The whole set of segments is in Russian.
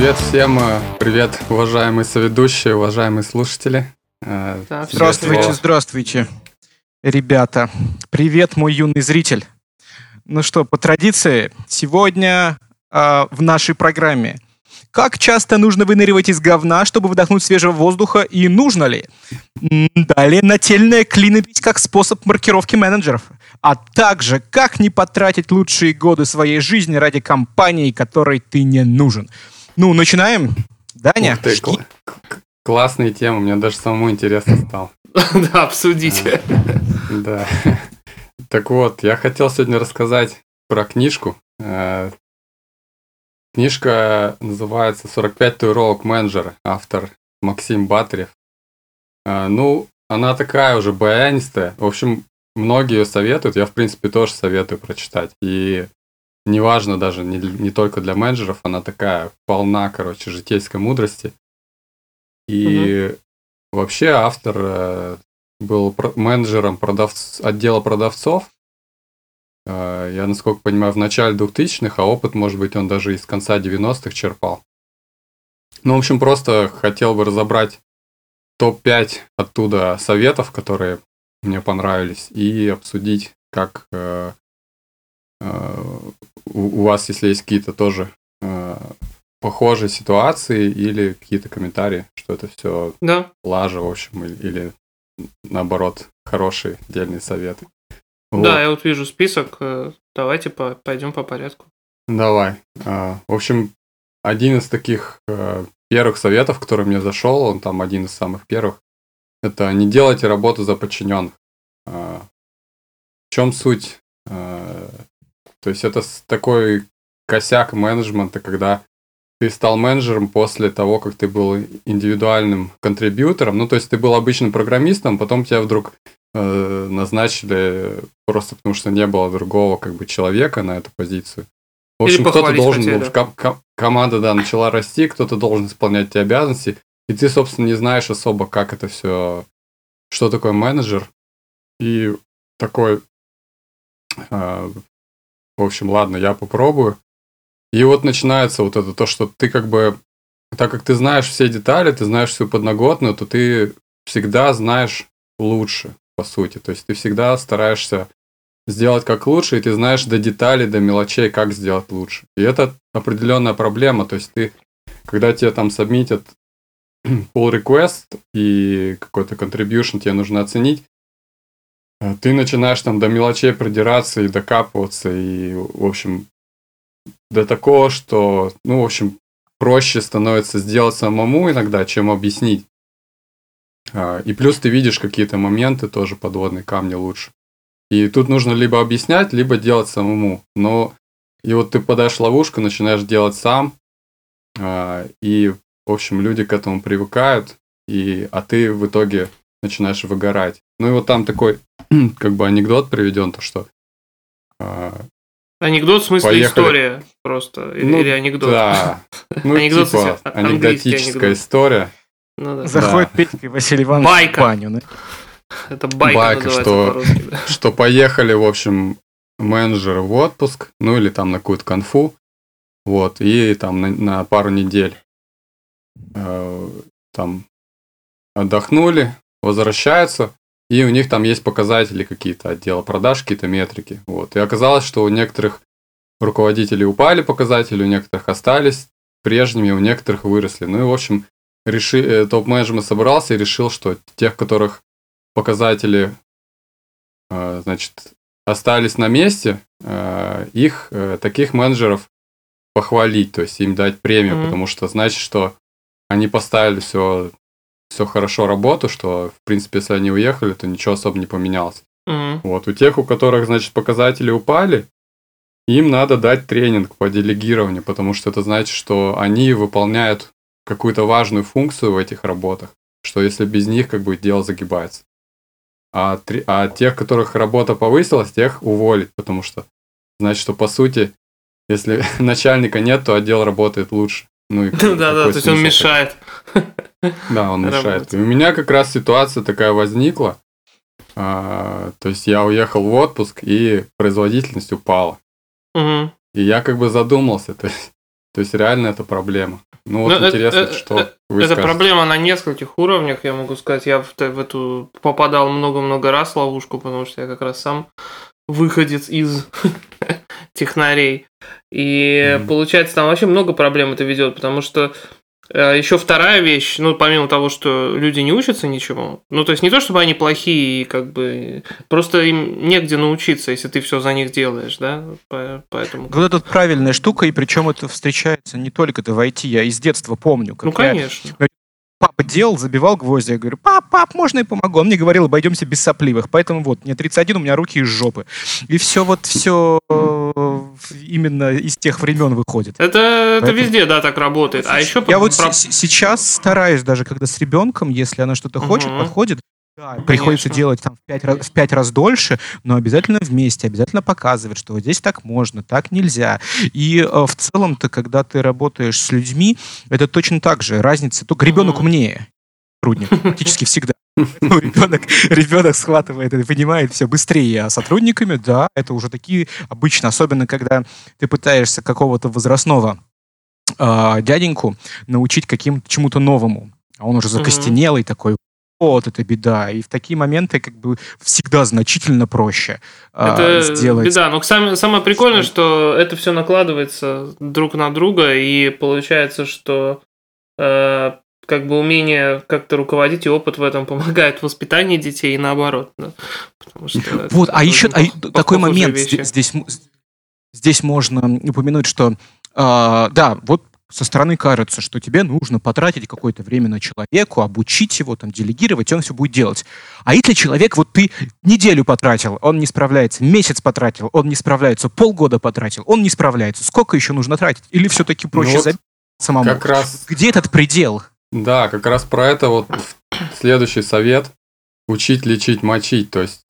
Привет всем, привет, уважаемые соведущие, уважаемые слушатели. Да, здравствуйте, ребята. Привет, мой юный зритель. Ну что, по традиции, сегодня в нашей программе. Как часто нужно выныривать из говна, чтобы вдохнуть свежего воздуха, и нужно ли? Далее нательная клинопись как способ маркировки менеджеров. А также, как не потратить лучшие годы своей жизни ради компании, которой ты не нужен. Ну, начинаем. Даня? Ух ты, классные темы, мне даже самому интересно стало. Да, обсудите. Да. Так вот, я хотел сегодня рассказать про книжку. Книжка называется «45 татуировок менеджера», автор Максим Батарев. Ну, она такая уже баянистая. В общем, многие ее советуют, я, в принципе, тоже советую прочитать. И неважно даже, не только для менеджеров, она такая полна, короче, житейской мудрости. И вообще автор был менеджером отдела продавцов. Я, насколько понимаю, в начале 2000-х, а опыт, может быть, он даже из конца 90-х черпал. Ну, в общем, просто хотел бы разобрать топ-5 оттуда советов, которые мне понравились, и обсудить, как у вас, если есть какие-то тоже похожие ситуации или какие-то комментарии, что это все лажа, в общем, или наоборот, хорошие, дельные советы. Вот. Да, я вот вижу список. Давайте пойдем по порядку. Давай. В общем, один из таких первых советов, который мне зашел, он там один из самых первых, это не делайте работу за подчиненных. В чем суть? То есть это такой косяк менеджмента, когда ты стал менеджером после того, как ты был индивидуальным контрибьютором. Ну, то есть ты был обычным программистом, потом тебя вдруг назначили просто потому, что не было другого как бы человека на эту позицию. В общем, кто-то должен был, команда, начала расти, кто-то должен исполнять эти обязанности, и ты, собственно, не знаешь особо, как это все, что такое менеджер. И такой, в общем, ладно, я попробую. И вот начинается вот это то, что ты как бы, так как ты знаешь все детали, ты знаешь всю подноготную, то ты всегда знаешь лучше, по сути. То есть ты всегда стараешься сделать как лучше, и ты знаешь до деталей, до мелочей, как сделать лучше. И это определенная проблема. То есть ты, когда тебе там сабмитят pull request и какой-то contribution тебе нужно оценить, ты начинаешь там до мелочей продираться и докапываться, и, в общем, до такого, что, ну, в общем, проще становится сделать самому иногда, чем объяснить. И плюс ты видишь какие-то моменты, тоже подводные камни лучше. И тут нужно либо объяснять, либо делать самому. Но и вот ты подаешь ловушку, начинаешь делать сам, и, в общем, люди к этому привыкают, а ты в итоге начинаешь выгорать. Ну и вот там такой, как бы, анекдот приведен, то что... Анекдот в смысле история просто? Или анекдот? Да, ну анекдот, типа анекдотическая история. Ну, да. Заходит Петька и Василий Иванович в баню. Да? Это байка что поехали, в общем, менеджеры в отпуск, ну или там на какую-то конфу, вот, и там на пару недель там отдохнули, возвращаются, и у них там есть показатели какие-то отдела продаж, какие-то метрики, вот. И оказалось, что у некоторых руководителей упали показатели, у некоторых остались прежними, у некоторых выросли. Ну и, в общем, топ-менеджмент собрался и решил, что тех, которых показатели, значит, остались на месте, таких менеджеров похвалить, то есть им дать премию, потому что значит, что они поставили все хорошо работу, что, в принципе, если они уехали, то ничего особо не поменялось. Вот, у тех, у которых, значит, показатели упали, им надо дать тренинг по делегированию, потому что это значит, что они выполняют какую-то важную функцию в этих работах, что если без них, как бы, дело загибается. А тех, которых работа повысилась, тех уволить, потому что значит, что, по сути, если начальника нет, то отдел работает лучше. Ну, да, то есть он мешает. Да, он мешает. И у меня как раз ситуация такая возникла. То есть я уехал в отпуск, и производительность упала. И я как бы задумался. То есть То есть реально это проблема. Ну вот интересно, что вы скажете. Это проблема на нескольких уровнях, я могу сказать. Я в эту попадал много-много раз в ловушку, потому что я как раз сам выходец из технарей. И получается, там вообще много проблем это ведет, потому что еще вторая вещь, ну, помимо того, что люди не учатся ничему, ну, то есть не то, чтобы они плохие, как бы, просто им негде научиться, если ты все за них делаешь, да, поэтому... Вот это правильная штука, и причем это встречается не только-то в IT, я из детства помню, как конечно. Папа делал, забивал гвозди, я говорю, пап, можно я помогу? Он мне говорил, обойдемся без сопливых, поэтому вот, мне 31, у меня руки из жопы. И все именно из тех времен выходит. Это везде, да, так работает. А еще я вот сейчас стараюсь, даже когда с ребенком, если она что-то хочет, подходит, да, приходится делать там в 5 раз дольше, но обязательно вместе, обязательно показывать, что вот здесь так можно, так нельзя. И в целом-то, когда ты работаешь с людьми, это точно так же. Разница, только ребенок умнее сотрудник, практически всегда. Ребенок схватывает и понимает все быстрее, а сотрудниками, да, это уже такие обычно, особенно когда ты пытаешься какого-то возрастного дяденьку научить чему-то новому, а он уже закостенелый такой. Вот это беда. И в такие моменты как бы всегда значительно проще сделать. Беда. Но самое прикольное, что это все накладывается друг на друга, и получается, что как бы умение как-то руководить и опыт в этом помогает в воспитании детей и наоборот. Да? Потому что вот, а еще такой момент здесь можно упомянуть, что да, вот со стороны кажется, что тебе нужно потратить какое-то время на человеку, обучить его, там, делегировать, и он все будет делать. А если человек, вот ты неделю потратил, он не справляется, месяц потратил, он не справляется, полгода потратил, он не справляется, сколько еще нужно тратить? Или все-таки проще забить самому? Как раз... Где этот предел? Да, как раз про это вот следующий совет. Учить, лечить, мочить. То есть...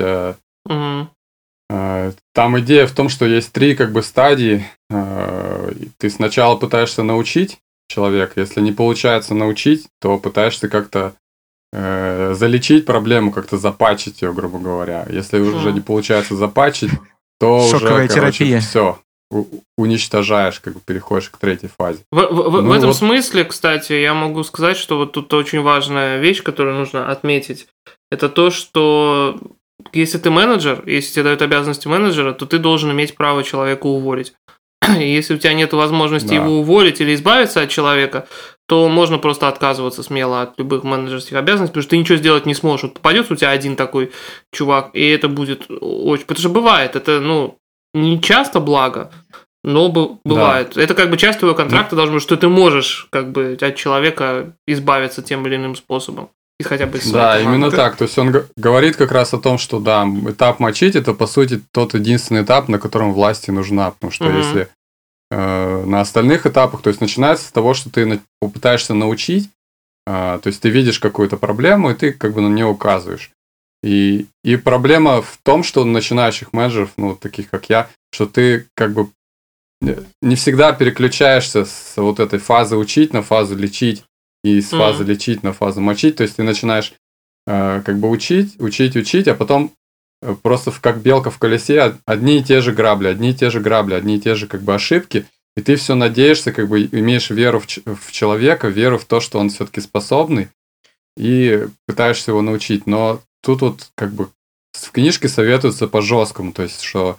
Там идея в том, что есть 3 как бы стадии. Ты сначала пытаешься научить человека. Если не получается научить, то пытаешься как-то залечить проблему, как-то запатчить ее, грубо говоря. Если уже не получается запатчить, то шоковая уже, терапия. Все, уничтожаешь, как бы переходишь к 3-й фазе. В этом смысле, кстати, я могу сказать, что вот тут очень важная вещь, которую нужно отметить, это то, что если ты менеджер, если тебе дают обязанности менеджера, то ты должен иметь право человека уволить. И если у тебя нет возможности его уволить или избавиться от человека, то можно просто отказываться смело от любых менеджерских обязанностей, потому что ты ничего сделать не сможешь. Вот попадется у тебя один такой чувак, и это будет очень... Потому что бывает, это, не часто благо, но бывает. Да. Это как бы часть твоего контракта должно быть, что ты можешь как бы от человека избавиться тем или иным способом. Хотя бы да, именно так. То есть он говорит как раз о том, что да, этап мочить это по сути тот единственный этап, на котором власти нужна. Потому что если на остальных этапах, то есть начинается с того, что ты попытаешься научить, то есть ты видишь какую-то проблему, и ты как бы на нее указываешь. И проблема в том, что у начинающих менеджеров, таких как я, что ты как бы не всегда переключаешься с вот этой фазы учить на фазу лечить. И с фазы лечить на фазу мочить. То есть ты начинаешь как бы учить, а потом просто как белка в колесе одни и те же грабли, одни и те же как бы ошибки. И ты все надеешься, как бы имеешь веру в человека, веру в то, что он все-таки способный, и пытаешься его научить. Но тут вот как бы в книжке советуется по-жесткому. То есть, что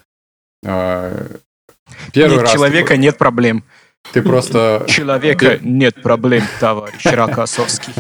первый раз... Нет человека, нет проблем. Ты просто... Человека нет проблем, товарищ Рокоссовский.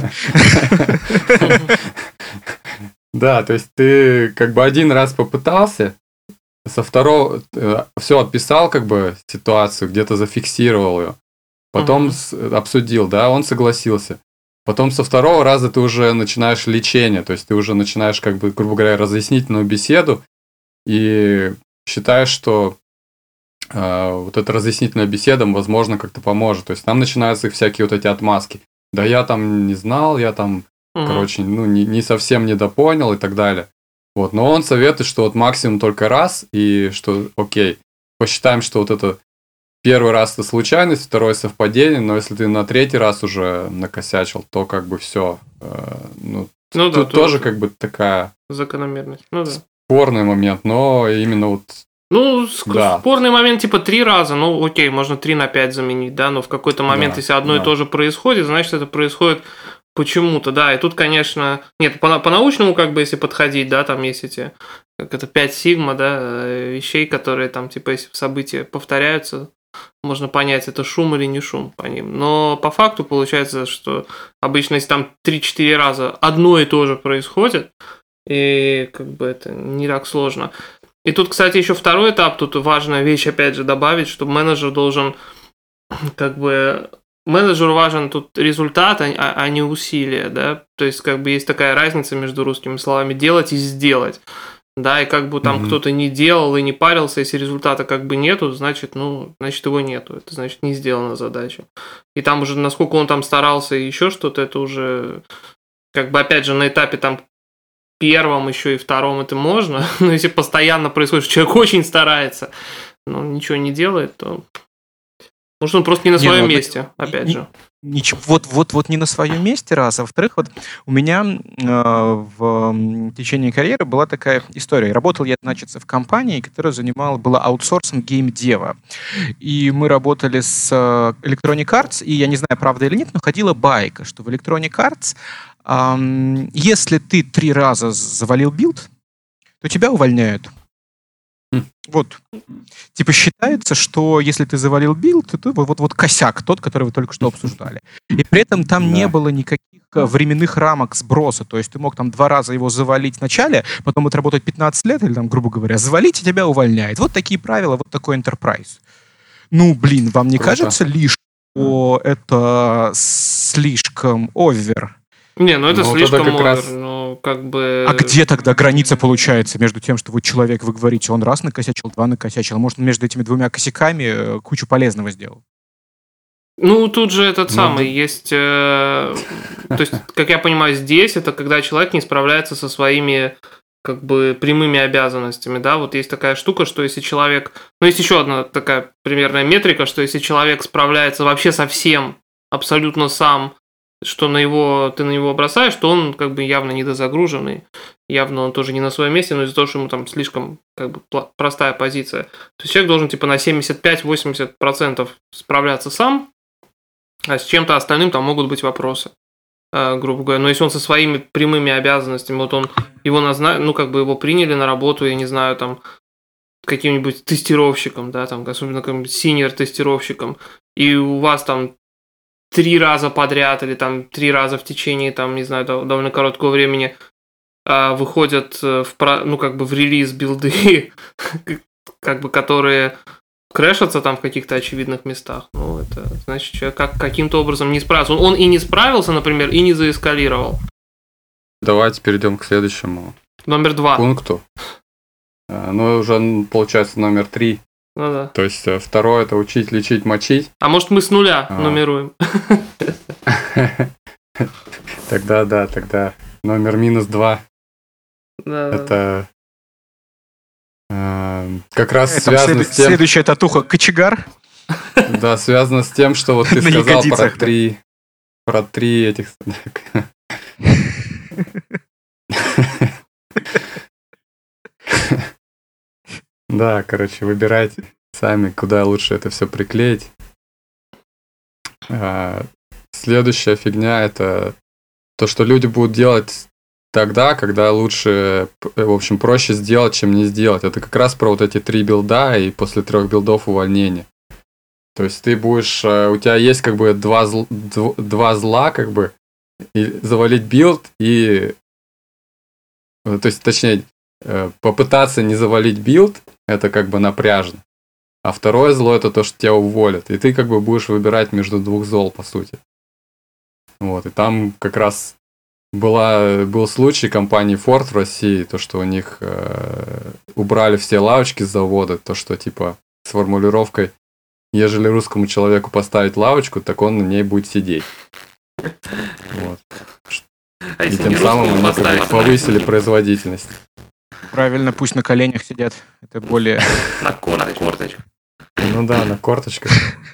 Да, то есть ты как бы один раз попытался, со второго все отписал как бы ситуацию, где-то зафиксировал ее, потом обсудил, да, он согласился. Потом со второго раза ты уже начинаешь лечение, то есть ты уже начинаешь как бы, грубо говоря, разъяснительную беседу и считаешь, что вот эта разъяснительная беседа, возможно, как-то поможет. То есть там начинаются всякие вот эти отмазки. Да я там не знал, я там, короче, не совсем недопонял и так далее. Вот. Но он советует, что вот максимум только раз, и что, окей, посчитаем, что вот это первый раз это случайность, второе совпадение, но если ты на 3-й раз уже накосячил, то как бы все. Тут тоже как бы такая... Закономерность. Спорный момент, но именно вот Ну, спорный момент, типа 3 раза, ну, окей, можно 3 на 5 заменить, да, но в какой-то момент, если одно и то же происходит, значит, это происходит почему-то, да, и тут, конечно, нет, по-научному, как бы, если подходить, да, там есть эти, как это, 5 сигма, да, вещей, которые там, типа, если события повторяются, можно понять, это шум или не шум по ним. Но по факту получается, что обычно, если там 3-4 раза одно и то же происходит, и как бы это не так сложно. И тут, кстати, еще второй этап, тут важная вещь, опять же, добавить, что менеджер должен, как бы, менеджеру важен тут результат, а не усилие, да, то есть, как бы, есть такая разница между русскими словами «делать» и «сделать», да, и как бы там кто-то не делал и не парился, если результата как бы нету, значит, значит его нету, это значит не сделана задача. И там уже, насколько он там старался и еще что-то, это уже, как бы, опять же, на этапе там первом, еще и втором это можно, но если постоянно происходит, что человек очень старается, но ничего не делает, то может он просто не на своем месте, опять же. Ничего, вот не на своем месте, раз. А во-вторых, вот у меня в течение карьеры была такая история. Работал я, значит, в компании, которая была аутсорсом геймдева. И мы работали с Electronic Arts, и я не знаю, правда или нет, но ходила байка, что в Electronic Arts если ты 3 раза завалил билд, то тебя увольняют. Вот. Типа считается, что если ты завалил билд, то вот косяк тот, который вы только что обсуждали. И при этом там не было никаких временных рамок сброса. То есть ты мог там 2 раза его завалить в начале, потом отработать 15 лет, или там, грубо говоря, завалить, и тебя увольняет. Вот такие правила, вот такой enterprise. Ну, блин, вам не кажется лишь, что это слишком овер? Не, это слишком овер, как бы... А где тогда граница получается между тем, что вот человек, вы говорите, он раз накосячил, 2 накосячил, может, он между этими 2 косяками кучу полезного сделал? Ну, тут же есть... То есть, как я понимаю, здесь это когда человек не справляется со своими, как бы, прямыми обязанностями, да, вот есть такая штука, что если человек... Ну, есть еще одна такая примерная метрика, что если человек справляется вообще со всем, абсолютно сам, что ты на него бросаешь, то он как бы явно недозагруженный, явно он тоже не на своем месте, но из-за того, что ему там слишком как бы простая позиция. То есть человек должен типа на 75-80% справляться сам, а с чем-то остальным там могут быть вопросы, грубо говоря. Но если он со своими прямыми обязанностями, вот его его приняли на работу, я не знаю, там, каким-нибудь тестировщиком, да, там, особенно каким-нибудь синьор-тестировщиком, и у вас там 3 раза подряд или там 3 раза в течение, там, не знаю, довольно короткого времени выходят в релиз билды, как бы, которые крэшатся там в каких-то очевидных местах. Ну, это значит, человек каким-то образом не справился. Он и не справился, например, и не заэскалировал. Давайте перейдем к следующему номер 2 пункту. Ну, уже получается номер 3. Ну да. То есть второе — это учить, лечить, мочить. А может, мы с нуля нумеруем? Тогда номер -2. Это как раз связано с тем... Следующая татуха — кочегар. Да, связано с тем, что вот ты сказал про 3 этих... Да, короче, выбирайте сами, куда лучше это все приклеить. Следующая фигня — это то, что люди будут делать тогда, когда лучше, в общем, проще сделать, чем не сделать. Это как раз про вот эти 3 билда и после 3 билдов увольнение. То есть ты будешь, у тебя есть как бы два зла, как бы, и завалить билд и, то есть, точнее, попытаться не завалить билд, это как бы напряжно. А второе зло — это то, что тебя уволят. И ты как бы будешь выбирать между 2 зол, по сути. Вот. И там как раз был случай компании Ford в России, то, что у них убрали все лавочки с завода, то, что типа с формулировкой: ежели русскому человеку поставить лавочку, так он на ней будет сидеть. Вот. И тем самым они как бы повысили производительность. Правильно, пусть на коленях сидят. Это более... На корточках. Ну да, на корточках.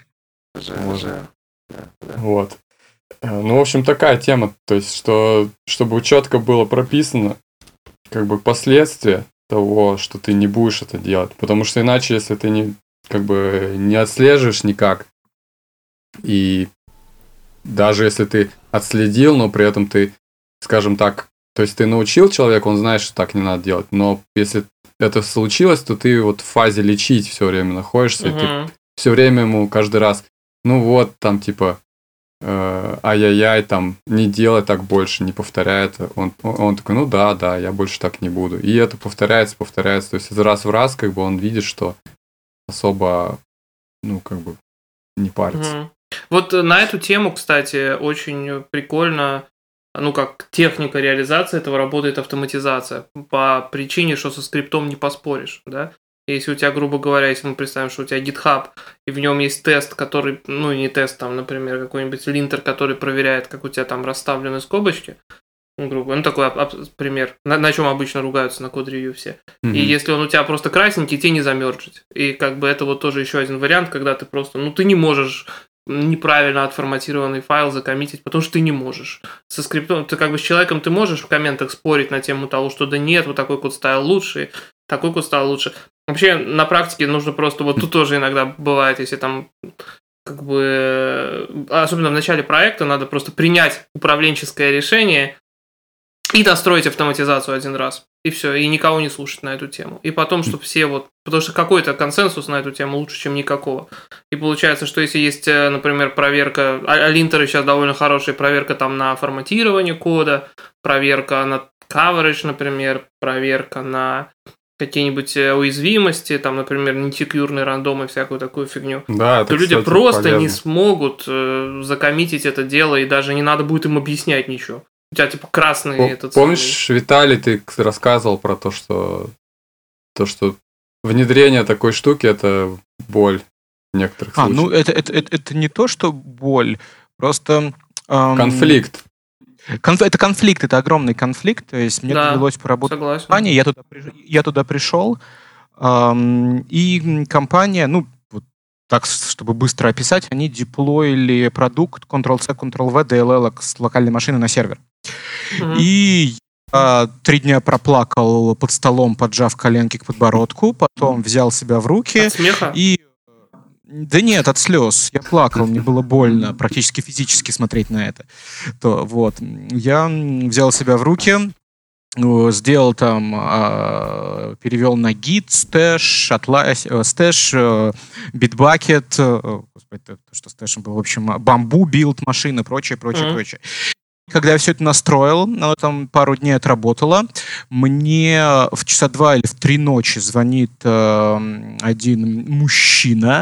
Вот. Ну, в общем, такая тема. То есть, что чтобы четко было прописано, как бы, последствия того, что ты не будешь это делать. Потому что иначе, если ты не отслеживаешь никак, и даже если ты отследил, но при этом ты, скажем так, то есть ты научил человека, он знает, что так не надо делать, но если это случилось, то ты вот в фазе лечить все время находишься, и ты все время ему каждый раз, ай-яй-яй, там, не делай так больше, не повторяй это. Он такой, да, я больше так не буду. И это повторяется. То есть из раз в раз, он видит, что особо, не парится. Вот на эту тему, кстати, очень прикольно, как техника реализации этого работает автоматизация. По причине, что со скриптом не поспоришь, да? Если у тебя, грубо говоря, если мы представим, что у тебя GitHub, и в нем есть тест, который, не тест, там, например, какой-нибудь линтер, который проверяет, как у тебя там расставлены скобочки, грубо, такой пример, на чем обычно ругаются на код-ревью все. Mm-hmm. И если он у тебя просто красненький, тебе не замерджить. И это вот тоже еще один вариант, когда ты просто, ты не можешь неправильно отформатированный файл закоммитить, потому что ты не можешь. Со скриптом, ты с человеком ты можешь в комментах спорить на тему того, что да нет, вот такой код стайл лучше, такой код стал лучше. Вообще, на практике нужно просто, вот тут тоже иногда бывает, если там, особенно в начале проекта, надо просто принять управленческое решение и достроить автоматизацию один раз. И все, и никого не слушать на эту тему. И потом, чтобы все потому что какой-то консенсус на эту тему лучше, чем никакого. И получается, что если есть, например, проверка, линтеры сейчас довольно хорошая, проверка там на форматирование кода, проверка на coverage, например, проверка на какие-нибудь уязвимости, там, например, несекьюрный рандом и всякую такую фигню, да, то люди просто полезно. Не смогут закоммитить это дело, и даже не надо будет им объяснять ничего. У тебя красный этот... Помнишь, Виталий, ты рассказывал про то, что внедрение такой штуки – это боль в некоторых случаях. Это не то, что боль, просто... Конфликт. Это конфликт, это огромный конфликт. То есть мне довелось поработать в компании, я туда пришел, и компания, так, чтобы быстро описать, они деплоили продукт Ctrl-C, Ctrl-V, DLL с локальной машины на сервер. И я 3 дня проплакал под столом, поджав коленки к подбородку, потом взял себя в руки. От смеха? Да нет, от слез. Я плакал, мне было больно практически физически смотреть на это. Я взял себя в руки, сделал там, перевел на Git, Stash, Bitbucket, что Stash был, в общем, Bamboo билд машины, прочее. Когда я все это настроил, оно там пару дней отработало, мне в часа 2 или в 3 ночи звонит один мужчина,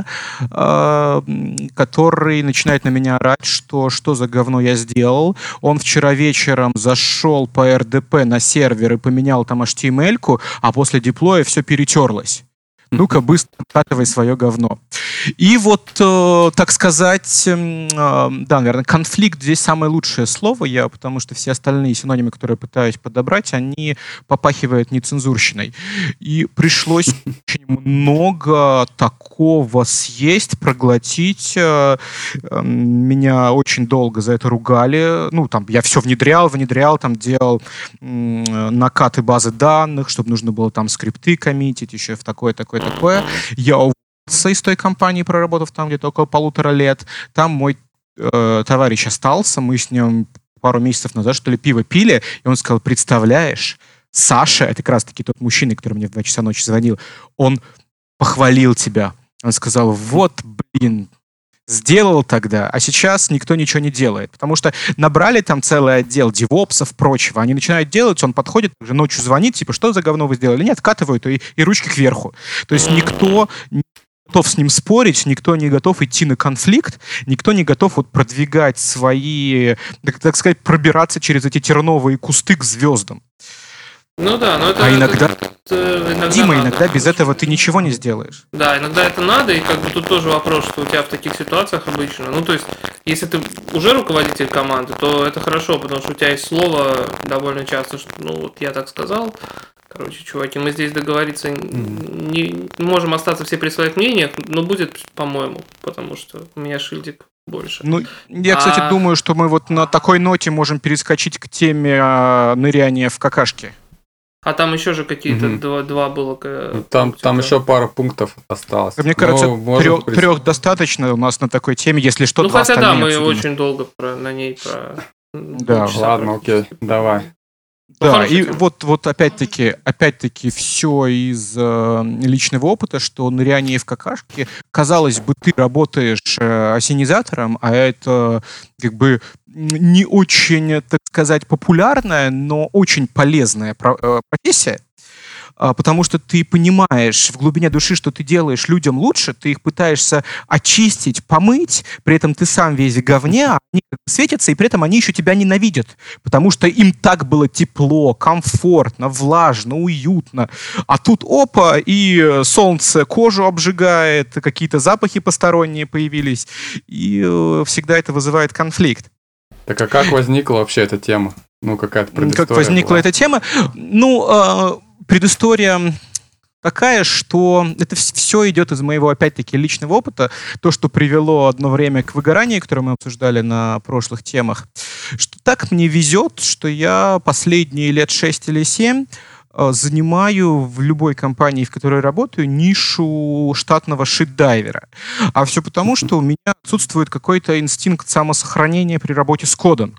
который начинает на меня орать, что за говно я сделал. Он вчера вечером зашел по RDP на сервер и поменял там HTML-ку, а после деплоя все перетерлось. Ну-ка, быстро откатывай свое говно. И так сказать, наверное, конфликт здесь самое лучшее слово, потому что все остальные синонимы, которые я пытаюсь подобрать, они попахивают нецензурщиной. И пришлось очень много такого съесть, проглотить. Меня очень долго за это ругали. Я все внедрял, там делал накаты базы данных, чтобы нужно было там скрипты коммитить, еще в такое. Я уволился из той компании, проработав там где-то около 1,5 лет. Там мой товарищ остался, мы с ним пару месяцев назад, что ли, пиво пили, и он сказал, представляешь, Саша, это как раз-таки тот мужчина, который мне в 2 часа ночи звонил, он похвалил тебя. Он сказал, сделал тогда, а сейчас никто ничего не делает. Потому что набрали там целый отдел девопсов, прочего. Они начинают делать, он подходит, уже ночью звонит, типа, что за говно вы сделали? Нет, откатывают и ручки кверху. То есть никто не готов с ним спорить, никто не готов идти на конфликт, никто не готов продвигать свои, так сказать, пробираться через эти терновые кусты к звездам. Это... иногда надо. Без этого ты ничего не сделаешь. Да, иногда это надо, и тут тоже вопрос, что у тебя в таких ситуациях обычно, то есть, если ты уже руководитель команды, то это хорошо, потому что у тебя есть слово довольно часто, что, я так сказал, чуваки, мы здесь договориться не можем остаться все при своих мнениях, но будет, по-моему, потому что у меня шильдик больше. Я, кстати, думаю, что мы на такой ноте можем перескочить к теме ныряния в какашки. А там еще же какие-то два было. Там еще пара пунктов осталось. Мне кажется, трех достаточно у нас на такой теме, если что-то. Ну, хотя да, мы очень долго на ней Да, ладно, окей, давай. Да, и вот опять-таки все из личного опыта, что ныряние в какашки, казалось бы, ты работаешь осенизатором, а это как бы не очень, так сказать, популярная, но очень полезная профессия. Потому что ты понимаешь в глубине души, что ты делаешь людям лучше, ты их пытаешься очистить, помыть, при этом ты сам весь в говне, а они светятся, и при этом они еще тебя ненавидят, потому что им так было тепло, комфортно, влажно, уютно. А тут опа, и солнце кожу обжигает, какие-то запахи посторонние появились, и всегда это вызывает конфликт. Так а как возникла вообще эта тема? Ну, какая-то предыстория Как возникла была? эта тема? Ну, предыстория такая, что это все идет из моего, опять-таки, личного опыта. То, что привело одно время к выгоранию, которое мы обсуждали на прошлых темах. Что так мне везет, что я последние лет 6 или 7 занимаю в любой компании, в которой работаю, нишу штатного шит-дайвера. А все потому, что у меня отсутствует какой-то инстинкт самосохранения при работе с кодом.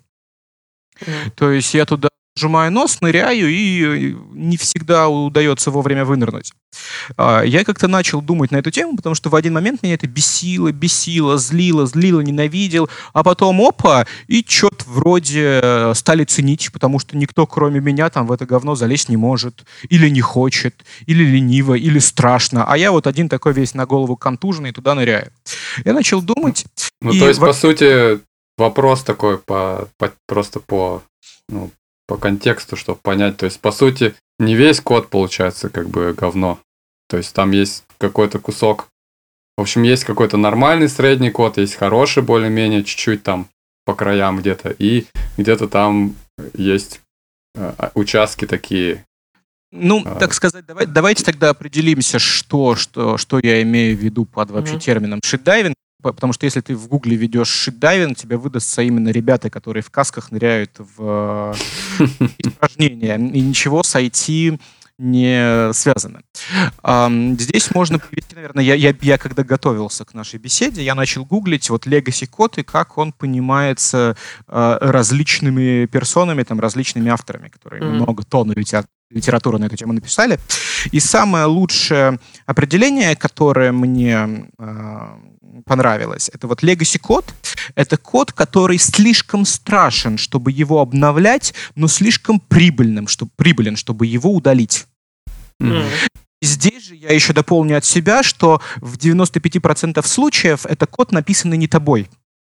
То есть я туда сжимаю нос, ныряю, и не всегда удается вовремя вынырнуть. Я как-то начал думать на эту тему, потому что в один момент меня это бесило, злило, ненавидел, а потом опа, и что-то вроде стали ценить, потому что никто, кроме меня, там в это говно залезть не может, или не хочет, или лениво, или страшно, а я вот один такой весь на голову контуженный туда ныряю. Я начал думать... Ну, то есть, по сути, вопрос такой просто по контексту, чтобы понять. То есть, по сути, не весь код получается как бы говно. То есть, там есть какой-то кусок. В общем, есть какой-то нормальный средний код, есть хороший более-менее, чуть-чуть там по краям где-то. И где-то там есть участки такие. Ну, так сказать, давайте тогда определимся, что я имею в виду под вообще термином шит-дайвинг. Потому что если ты в Гугле ведешь шит-дайвинг, тебе выдастся именно ребята, которые в касках ныряют в испражнения. И ничего с IT не связано. Здесь можно привести, наверное, я когда готовился к нашей беседе, я начал гуглить вот legacy код и как он понимается различными персонами, там, различными авторами, которые много тонн литературы на эту тему написали. И самое лучшее определение, которое мне понравилось, это вот legacy код. Это код, который слишком страшен, чтобы его обновлять, но слишком прибылен, чтобы его удалить. Здесь же я еще дополню от себя, что в 95% случаев это код, написанный не тобой.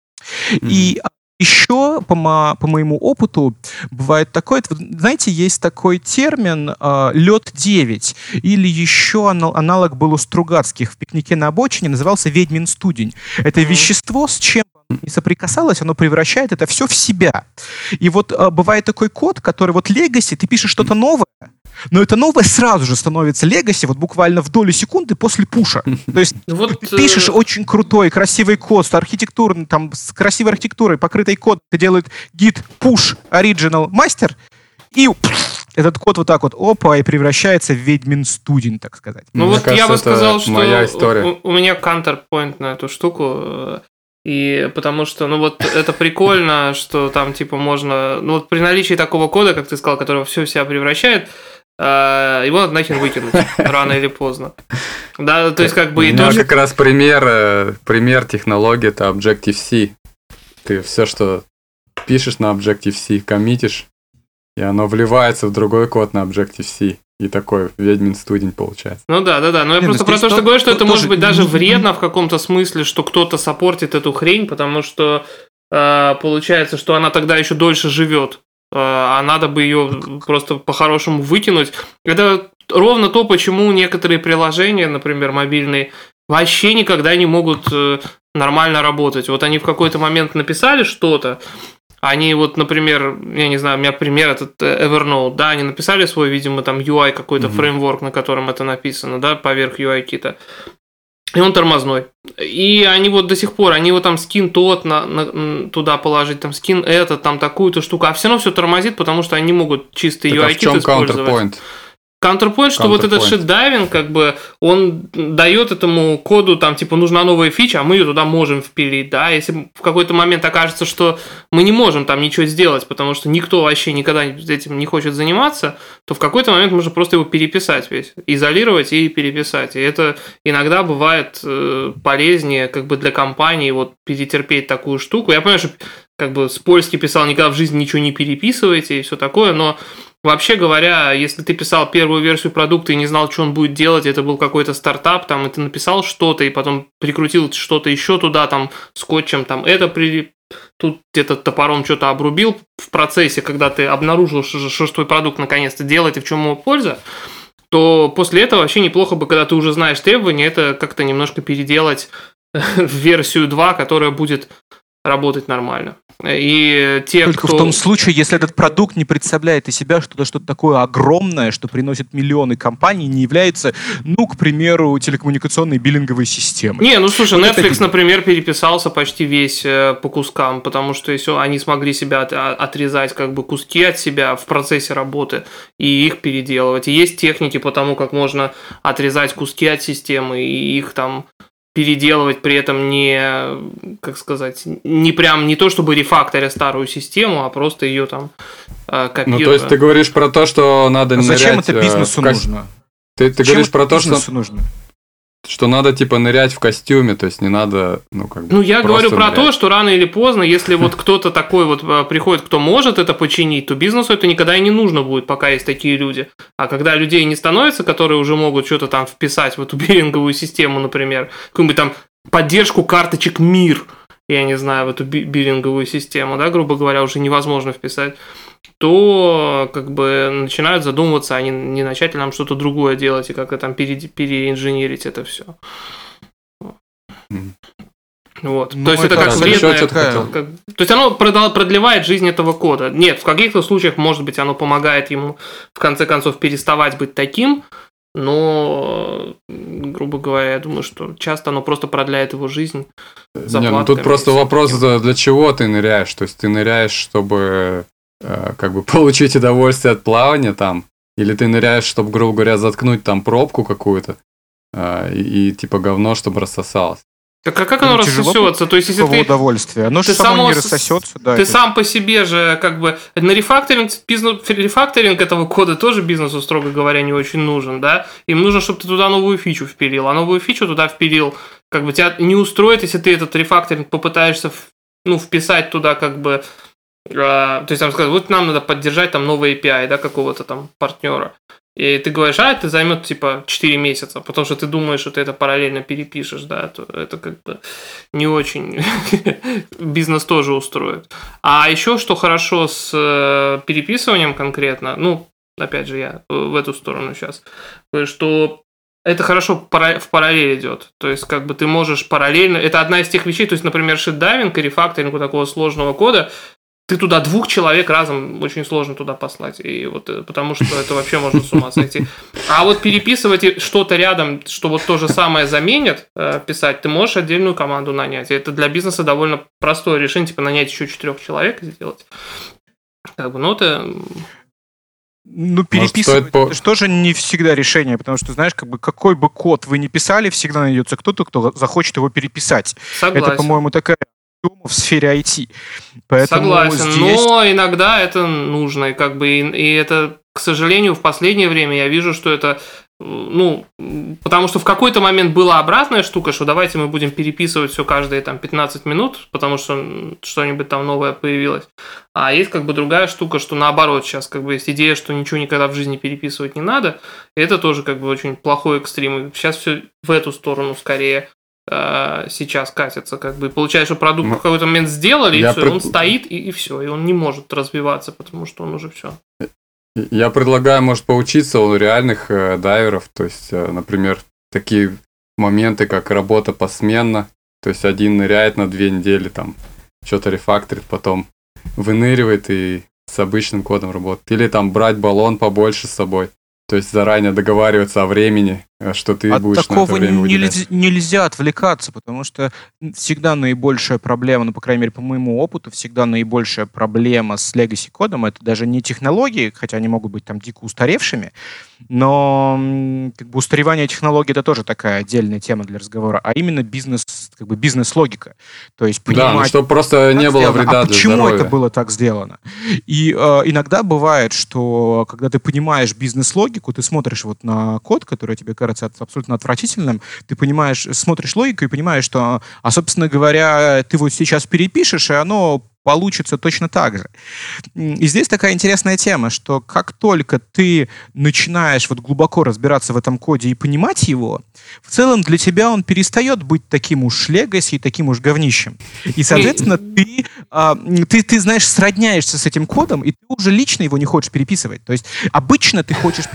И еще, по моему опыту, бывает такое, знаете, есть такой термин «лед 9», или еще аналог был у Стругацких в «Пикнике на обочине», назывался «ведьмин студень». Это вещество, с чем не соприкасалось, оно превращает это все в себя. И вот бывает такой код, который вот legacy, ты пишешь что-то новое, но это новое сразу же становится legacy, вот буквально в долю секунды после пуша. То есть ты пишешь очень крутой, красивый код с красивой архитектурой, покрытый код, это делает git push original master, и этот код вот так вот опа и превращается в ведьмин студень, так сказать. Ну вот кажется, я бы сказал, что моя история. У меня counterpoint на эту штуку. И потому что, ну вот это прикольно, что там типа можно, ну вот при наличии такого кода, как ты сказал, который все в себя превращает, его надо нахер выкинуть рано или поздно. Да, то есть как бы... У меня как раз пример технологии, это Objective-C. Ты все, что пишешь на Objective-C, коммитишь, и оно вливается в другой код на Objective-C. И такой ведьмин студень получается. Ну да. Но я просто про то, что говорю, что это может быть даже вредно в каком-то смысле, что кто-то саппортит эту хрень, потому что получается, что она тогда еще дольше живет. А надо бы ее просто по-хорошему выкинуть. Это ровно то, почему некоторые приложения, например, мобильные, вообще никогда не могут нормально работать. Вот они в какой-то момент написали что-то, они вот, например, я не знаю, у меня пример этот Evernote, да, они написали свой, видимо, там UI какой-то фреймворк, на котором это написано, да, поверх UI-кита. И он тормозной. И они вот до сих пор, они его там скин тот туда положить, там скин этот, там такую-то штуку, а все равно все тормозит, потому что они не могут чистый UI-кит использовать. Counterpoint? Counterpoint, что вот этот шит-дайвинг, как бы, он дает этому коду, там, типа, нужна новая фича, а мы ее туда можем впилить, да, если в какой-то момент окажется, что мы не можем там ничего сделать, потому что никто вообще никогда этим не хочет заниматься, то в какой-то момент можно просто его переписать весь, изолировать и переписать, и это иногда бывает полезнее, как бы, для компании вот перетерпеть такую штуку. Я понимаю, что, как бы, Спольский писал, никогда в жизни ничего не переписывайте и все такое, но вообще говоря, если ты писал первую версию продукта и не знал, что он будет делать, это был какой-то стартап, там, и ты написал что-то, и потом прикрутил что-то еще туда, там, скотчем, там, тут где-то топором что-то обрубил в процессе, когда ты обнаружил, что твой продукт наконец-то делает и в чем его польза, то после этого вообще неплохо бы, когда ты уже знаешь требования, это как-то немножко переделать в версию 2, которая будет работать нормально. И те, Только в том случае, если этот продукт не представляет из себя что-то такое огромное, что приносит миллионы компаний, не является, ну, к примеру, телекоммуникационной биллинговой системой. Не, ну слушай, вот Netflix, например, переписался почти весь по кускам, потому что если они смогли себя отрезать как бы куски от себя в процессе работы и их переделывать. И есть техники по тому, как можно отрезать куски от системы и их там переделывать, при этом не, как сказать, не прям не то чтобы рефакторя старую систему, а просто ее там копируя. Ну, то есть ты говоришь про то, что надо нырять... Зачем это бизнесу нужно? Ты говоришь про то, что надо, типа, нырять в костюме, то есть не надо, ну, как бы... Ну, я говорю про то, что рано или поздно, если вот кто-то такой вот приходит, кто может это починить, то бизнесу это никогда и не нужно будет, пока есть такие люди. А когда людей не становится, которые уже могут что-то там вписать в эту биллинговую систему, например, какую-нибудь там поддержку карточек МИР, я не знаю, в эту биллинговую систему, да, грубо говоря, уже невозможно вписать, то как бы начинают задумываться, а не начать ли нам что-то другое делать и как-то там переинженерить это все. Вот. То есть это как вредное, то есть оно продлевает жизнь этого кода. Нет, в каких-то случаях, может быть, оно помогает ему в конце концов переставать быть таким, но, грубо говоря, я думаю, что часто оно просто продляет его жизнь. Не, ну тут просто вопрос, для чего ты ныряешь. То есть ты ныряешь, чтобы как бы получить удовольствие от плавания там, или ты ныряешь, чтобы, грубо говоря, заткнуть там пробку какую-то и типа говно, чтобы рассосалось. Так а как оно рассосется? То есть, если ты... удовольствие. Оно же само не рассосется. Да, ты сам по себе же, как бы... На рефакторинг этого кода тоже бизнесу, строго говоря, не очень нужен, да? Им нужно, чтобы ты туда новую фичу впилил. А новую фичу туда впилил, как бы тебя не устроит, если ты этот рефакторинг попытаешься вписать туда, как бы... То есть, там сказать, вот нам надо поддержать там новый API, да, какого-то там партнера. И ты говоришь, это займет типа 4 месяца, потому что ты думаешь, что ты это параллельно перепишешь, да, то это как бы не очень бизнес тоже устроит. А еще что хорошо с переписыванием конкретно, ну, опять же, я в эту сторону сейчас, что это хорошо в параллель идет. То есть, как бы ты можешь параллельно... Это одна из тех вещей, то есть, например, шит-дайвинг и рефакторинг вот такого сложного кода, ты туда 2 человек разом очень сложно туда послать, и вот, потому что это вообще можно с ума сойти. А вот переписывать что-то рядом, что вот то же самое заменит, писать, ты можешь отдельную команду нанять. И это для бизнеса довольно простое решение, типа нанять еще 4 человек и сделать. Как бы, это... Ну, переписывать это же тоже не всегда решение, потому что, знаешь, как бы какой бы код вы ни писали, всегда найдется кто-то, кто захочет его переписать. Согласен. Это, по-моему, такая в сфере IT. Поэтому согласен, но иногда это нужно, и как бы и это, к сожалению, в последнее время я вижу, что это, потому что в какой-то момент была обратная штука, что давайте мы будем переписывать все каждые там 15 минут, потому что что-нибудь там новое появилось. А есть как бы другая штука, что наоборот сейчас как бы есть идея, что ничего никогда в жизни переписывать не надо, и это тоже как бы очень плохой экстрим. И сейчас все в эту сторону скорее сейчас катится, как бы, получается, что продукт в какой-то момент сделали, и все, он стоит, и все, и он не может развиваться, потому что он уже все. Я предлагаю, может, поучиться у реальных дайверов, то есть, например, такие моменты, как работа посменно, то есть один ныряет на 2 недели, там, что-то рефакторит, потом выныривает и с обычным кодом работает. Или там брать баллон побольше с собой, то есть заранее договариваться о времени, что ты от будешь такого на это время выделять. нельзя отвлекаться, потому что всегда наибольшая проблема, ну, по крайней мере, по моему опыту, всегда наибольшая проблема с legacy-кодом — это даже не технологии, хотя они могут быть там дико устаревшими, но как бы устаревание технологий — это тоже такая отдельная тема для разговора, а именно бизнес-логика. То есть понимать, да, ну, чтобы просто не было вреда для почему здоровья. это было так сделано. И иногда бывает, что когда ты понимаешь бизнес-логику, ты смотришь вот на код, который тебе кажется абсолютно отвратительным, ты понимаешь, смотришь логику и понимаешь, что, собственно говоря, ты вот сейчас перепишешь, и оно получится точно так же. И здесь такая интересная тема, что как только ты начинаешь вот глубоко разбираться в этом коде и понимать его, в целом для тебя он перестает быть таким уж легаси и таким уж говнищем. И, соответственно, ты, знаешь, сродняешься с этим кодом, и ты уже лично его не хочешь переписывать. То есть обычно ты хочешь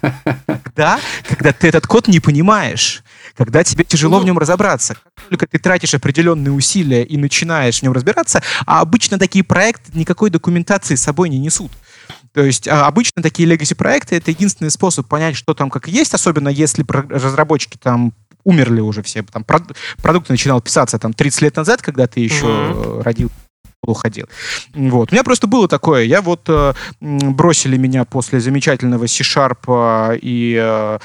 когда ты этот код не понимаешь, когда тебе тяжело в нем разобраться. Как только ты тратишь определенные усилия и начинаешь в нем разбираться, а обычно такие проекты никакой документации с собой не несут. То есть обычно такие legacy-проекты — это единственный способ понять, что там как есть, особенно если разработчики там умерли уже все. Там продукт начинал писаться там 30 лет назад, когда ты еще родился. Уходил. Вот. У меня просто было такое. Я вот бросили меня после замечательного C# и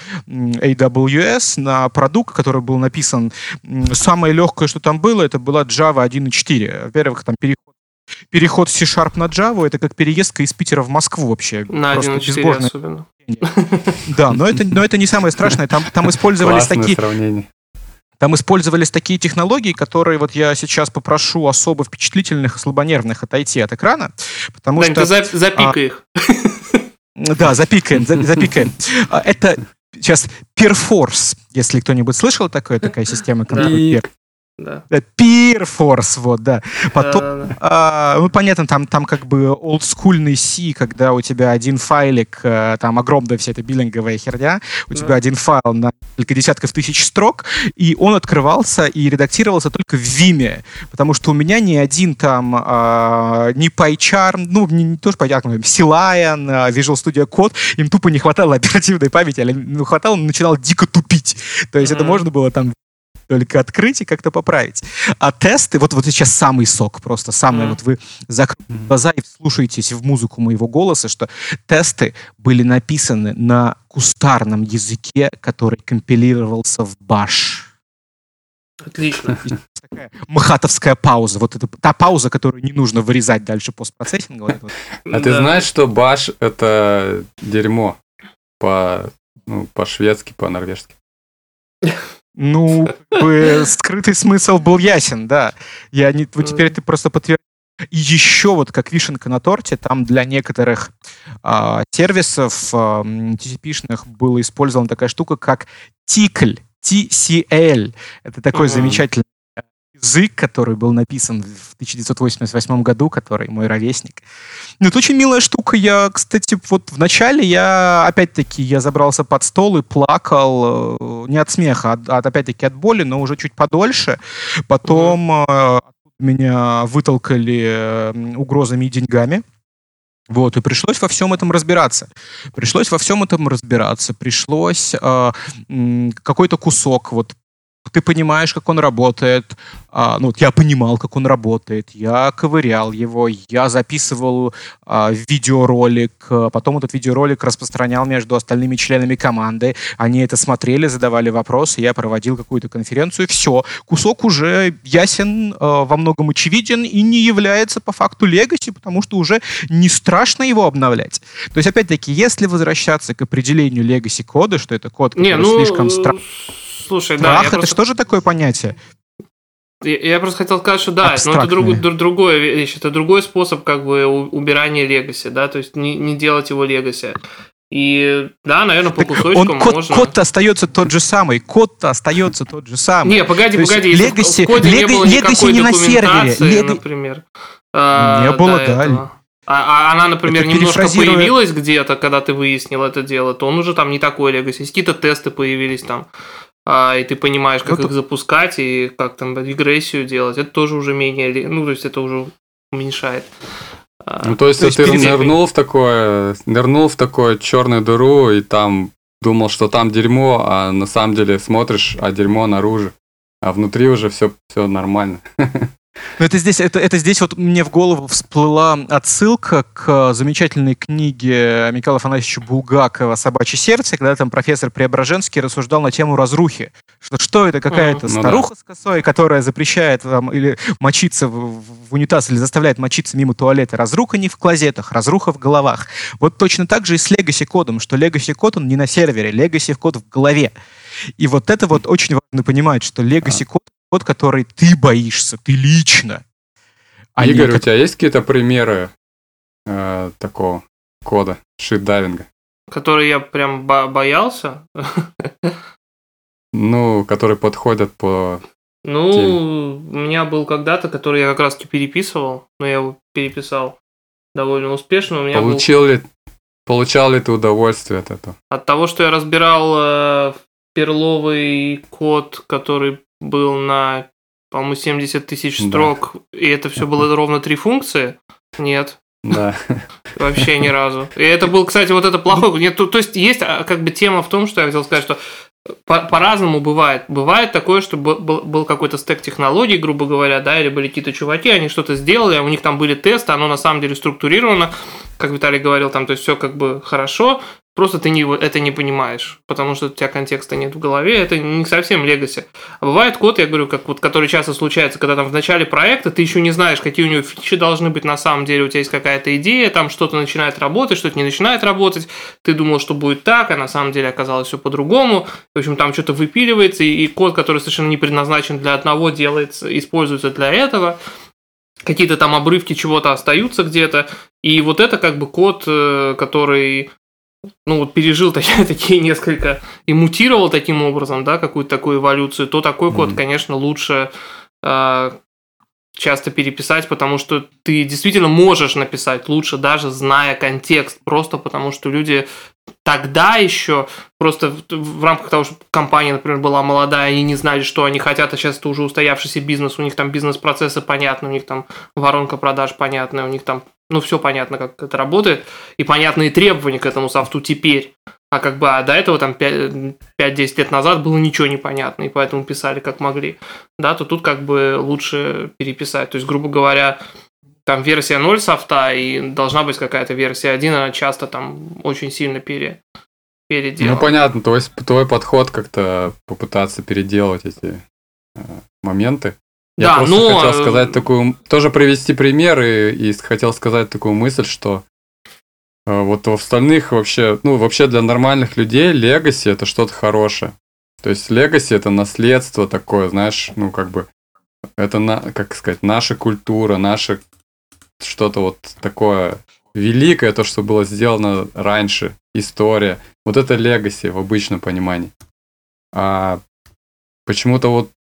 AWS на продукт, который был написан. Самое легкое, что там было, это была Java 1.4. Во-первых, там переход с C# на Java — это как переездка из Питера в Москву вообще. На 1.4 особенно. Да, но это не самое страшное. Там использовались такие... сравнение. Там использовались такие технологии, которые вот я сейчас попрошу особо впечатлительных и слабонервных отойти от экрана, потому что... Ты запикай их. Да, запикаем. Это сейчас Perforce, если кто-нибудь слышал такая система, как Perforce. Да. Perforce, вот, да. Потом, ну, понятно, там как бы олдскульный C, когда у тебя один файлик, там огромная вся эта биллинговая херня, у тебя один файл на несколько десятков тысяч строк, и он открывался и редактировался только в Vim, потому что у меня ни один там, ни PyCharm, ну, не то, что PyCharm, C-Lion, Visual Studio Code, им тупо не хватало оперативной памяти, или не хватало, он начинал дико тупить. То есть это можно было там только открыть и как-то поправить. А тесты, вот сейчас самый сок, просто самый, вот вы закройте глаза и вслушаетесь в музыку моего голоса, что тесты были написаны на кустарном языке, который компилировался в Bash. Отлично. Такая махатовская пауза. Вот это та пауза, которую не нужно вырезать дальше постпроцессинга. Ты знаешь, что Bash — это дерьмо по-шведски, по-норвежски? Ну, скрытый смысл был ясен, да. Вот теперь ты просто подтвердил. И еще вот как вишенка на торте, там для некоторых сервисов TCP-шных была использована такая штука, как TCL. Это такой замечательный язык, который был написан в 1988 году, который мой ровесник. Ну, это очень милая штука. Я, кстати, вот вначале опять-таки, я забрался под стол и плакал не от смеха, опять-таки от боли, но уже чуть подольше. Потом меня вытолкали угрозами и деньгами. Вот, и пришлось во всем этом разбираться. Пришлось какой-то кусок, вот, ты понимаешь, как он работает. Ну, вот я понимал, как он работает. Я ковырял его, я записывал видеоролик. Потом этот видеоролик распространял между остальными членами команды. Они это смотрели, задавали вопросы. Я проводил какую-то конференцию. Все. Кусок уже ясен, во многом очевиден и не является по факту легаси, потому что уже не страшно его обновлять. То есть, опять-таки, если возвращаться к определению легаси кода, что это код, который слишком страшный. Слушай, да, это что же такое понятие? Я просто хотел сказать, что да, но это другая вещь, это другой способ как бы убирания легаси, да, то есть не делать его легаси. И да, наверное, по кусочкам можно... Код-то остается тот же самый. Не, погоди, если в коде не было никакой не на сервере. Например. Не было, да. Она, например, немножко появилась где-то, когда ты выяснил это дело, то он уже там не такой легаси. Какие-то тесты появились там. И ты понимаешь, как их запускать и как там регрессию делать, это тоже уже менее, ну, то есть это уже уменьшает. Ну, то есть ты нырнул в такое черную дыру, и там думал, что там дерьмо, а на самом деле смотришь, а дерьмо наружу. А внутри уже все нормально. Ну, это здесь вот мне в голову всплыла отсылка к замечательной книге Михаила Афанасьевича Булгакова «Собачье сердце», когда там профессор Преображенский рассуждал на тему разрухи. Что это какая-то старуха с косой, которая запрещает вам или мочиться в унитаз, или заставляет мочиться мимо туалета. Разруха не в клозетах, разруха в головах. Вот точно так же и с Legacy-кодом, что Legacy-код, он не на сервере, Legacy-код в голове. И вот это вот очень важно понимать, что Legacy-код код, который ты боишься, ты лично. Игорь, у тебя есть какие-то примеры такого кода, шит-дайвинга? Который я прям боялся? Ну, которые подходят по Ну, теме. У меня был когда-то, который я как раз-таки переписывал, но я его переписал довольно успешно. У меня Получал ли ты удовольствие от этого? От того, что я разбирал перловый код, который был на, по-моему, 70 тысяч строк, и это все было ровно 3 функции? Нет. Да. Вообще ни разу. И это был, кстати, вот это плохой. Нет, то есть есть как бы тема в том, что я хотел сказать, что по-разному бывает. Бывает такое, что был какой-то стек технологий, грубо говоря, да, или были какие-то чуваки, они что-то сделали, а у них там были тесты, оно на самом деле структурировано, как Виталий говорил, там, то есть все как бы хорошо, просто ты это не понимаешь, потому что у тебя контекста нет в голове, это не совсем legacy. А бывает код, я говорю, как вот, который часто случается, когда там в начале проекта ты еще не знаешь, какие у него фичи должны быть на самом деле, у тебя есть какая-то идея, там что-то начинает работать, что-то не начинает работать, ты думал, что будет так, а на самом деле оказалось все по-другому, в общем, там что-то выпиливается, и код, который совершенно не предназначен для одного, используется для этого, какие-то там обрывки чего-то остаются где-то, и вот это как бы код, который... ну вот пережил такие несколько и мутировал таким образом, да, какую-то такую эволюцию, то такой код, конечно, лучше часто переписать, потому что ты действительно можешь написать лучше, даже зная контекст, просто потому что люди тогда еще просто в рамках того, что компания, например, была молодая, они не знали, что они хотят, а сейчас это уже устоявшийся бизнес, у них там бизнес-процессы понятны, у них там воронка продаж понятная, у них там, ну, все понятно, как это работает, и понятные требования к этому софту теперь. А как бы до этого там 5-10 лет назад было ничего не понятно, и поэтому писали как могли. Да, то тут как бы лучше переписать. То есть, грубо говоря, там версия 0 софта, и должна быть какая-то версия 1, она часто там очень сильно переделана. Ну, понятно, то есть твой подход как-то попытаться переделать эти моменты. Я просто хотел сказать такую, тоже привести пример, и хотел сказать такую мысль, что вот в остальных вообще для нормальных людей Legacy это что-то хорошее. То есть Legacy это наследство такое, знаешь, ну как бы это, как сказать, наша культура, наше что-то вот такое великое, то, что было сделано раньше, история. Вот это Legacy в обычном понимании. А почему-то вот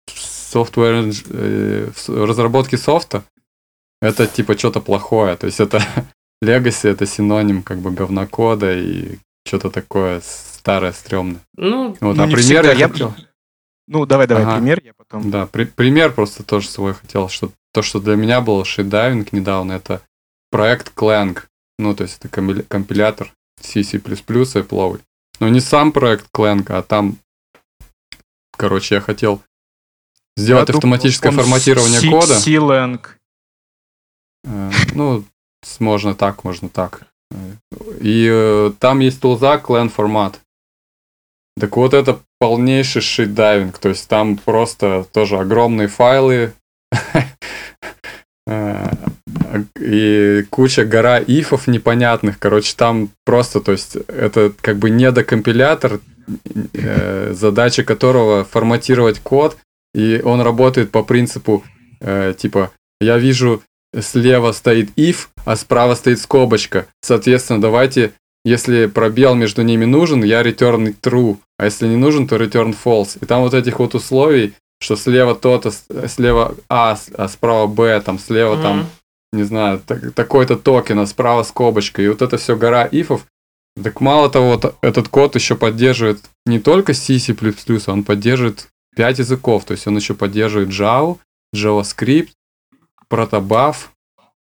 в разработке софта это типа что-то плохое. То есть это Legacy это синоним как бы говнокода и что-то такое старое, стрёмное. Пример я хотел. Ну, давай, пример, я потом. Да, пример просто тоже свой хотел, что то, что для меня был шейдайвинг недавно, это проект Clang. Ну, то есть это компилятор C++ Apple. Но не сам проект Clang, а там, короче, я хотел сделать автоматическое форматирование кода. C-Lang. Ну, можно так. И там есть тулза Clang Format. Так вот, это полнейший шейдайвинг. То есть там просто тоже огромные файлы и гора ифов непонятных. Короче, там просто, то есть это как бы недокомпилятор, задача которого форматировать код, и он работает по принципу типа я вижу слева стоит if, а справа стоит скобочка. Соответственно, давайте, если пробел между ними нужен, я return true, а если не нужен, то return false. И там вот этих вот условий, что слева то-то, слева А, а справа Б, там слева там, не знаю, такой-то токен, а справа скобочка. И вот это все гора ифов. Так мало того, вот этот код еще поддерживает не только C++, он поддерживает 5 языков. То есть он еще поддерживает Java, JavaScript, Protobuf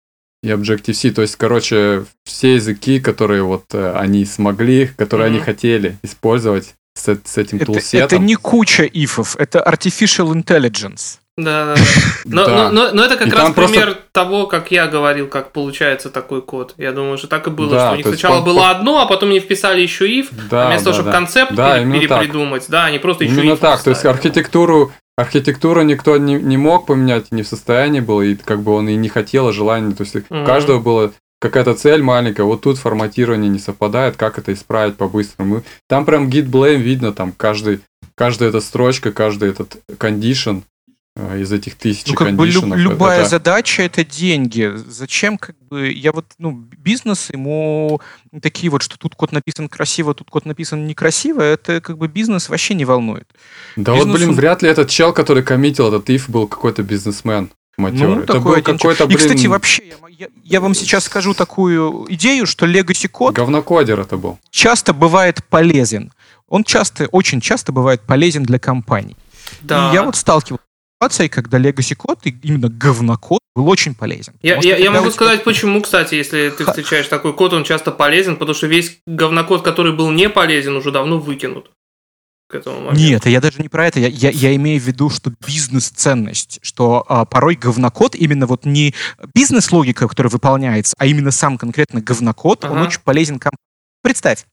и Objective-C. То есть, короче, все языки, которые вот они смогли, которые они хотели использовать с этим тулсетом. Это не куча ифов, это artificial intelligence. Да. Но это как раз пример того, как я говорил, как получается такой код. Я думаю, что так и было, что у них сначала было одно, а потом они вписали еще if, вместо того, чтобы концепт перепридумать, да, они просто еще if. Именно так, то есть архитектуру никто не мог поменять, не в состоянии был, и как бы он и не хотел, желания. То есть у каждого была какая-то цель маленькая, вот тут форматирование не совпадает, как это исправить по-быстрому. Там прям git blame видно, там каждая эта строчка, каждый этот condition из этих тысяч кондишенов. Любая задача — это деньги. Зачем бизнес ему такие вот, что тут код написан красиво, тут код написан некрасиво, это как бы бизнес вообще не волнует. Да бизнесу... вряд ли этот чел, который коммитил этот if, был какой-то бизнесмен. Это был какой-то, И, кстати, вообще, я вам сейчас скажу такую идею, что legacy код... Говнокодер это был. Часто бывает полезен. Он очень часто бывает полезен для компаний. Да. И я вот сталкивался с ситуацией, когда legacy код, и именно говнокод, был очень полезен. Я могу сказать, почему, кстати, если ты встречаешь такой код, он часто полезен, потому что весь говнокод, который был не полезен, уже давно выкинут. Нет, я даже не про это. Я имею в виду, что бизнес-ценность, что порой говнокод, именно вот не бизнес-логика, которая выполняется, а именно сам конкретно говнокод, он очень полезен компании. Представь,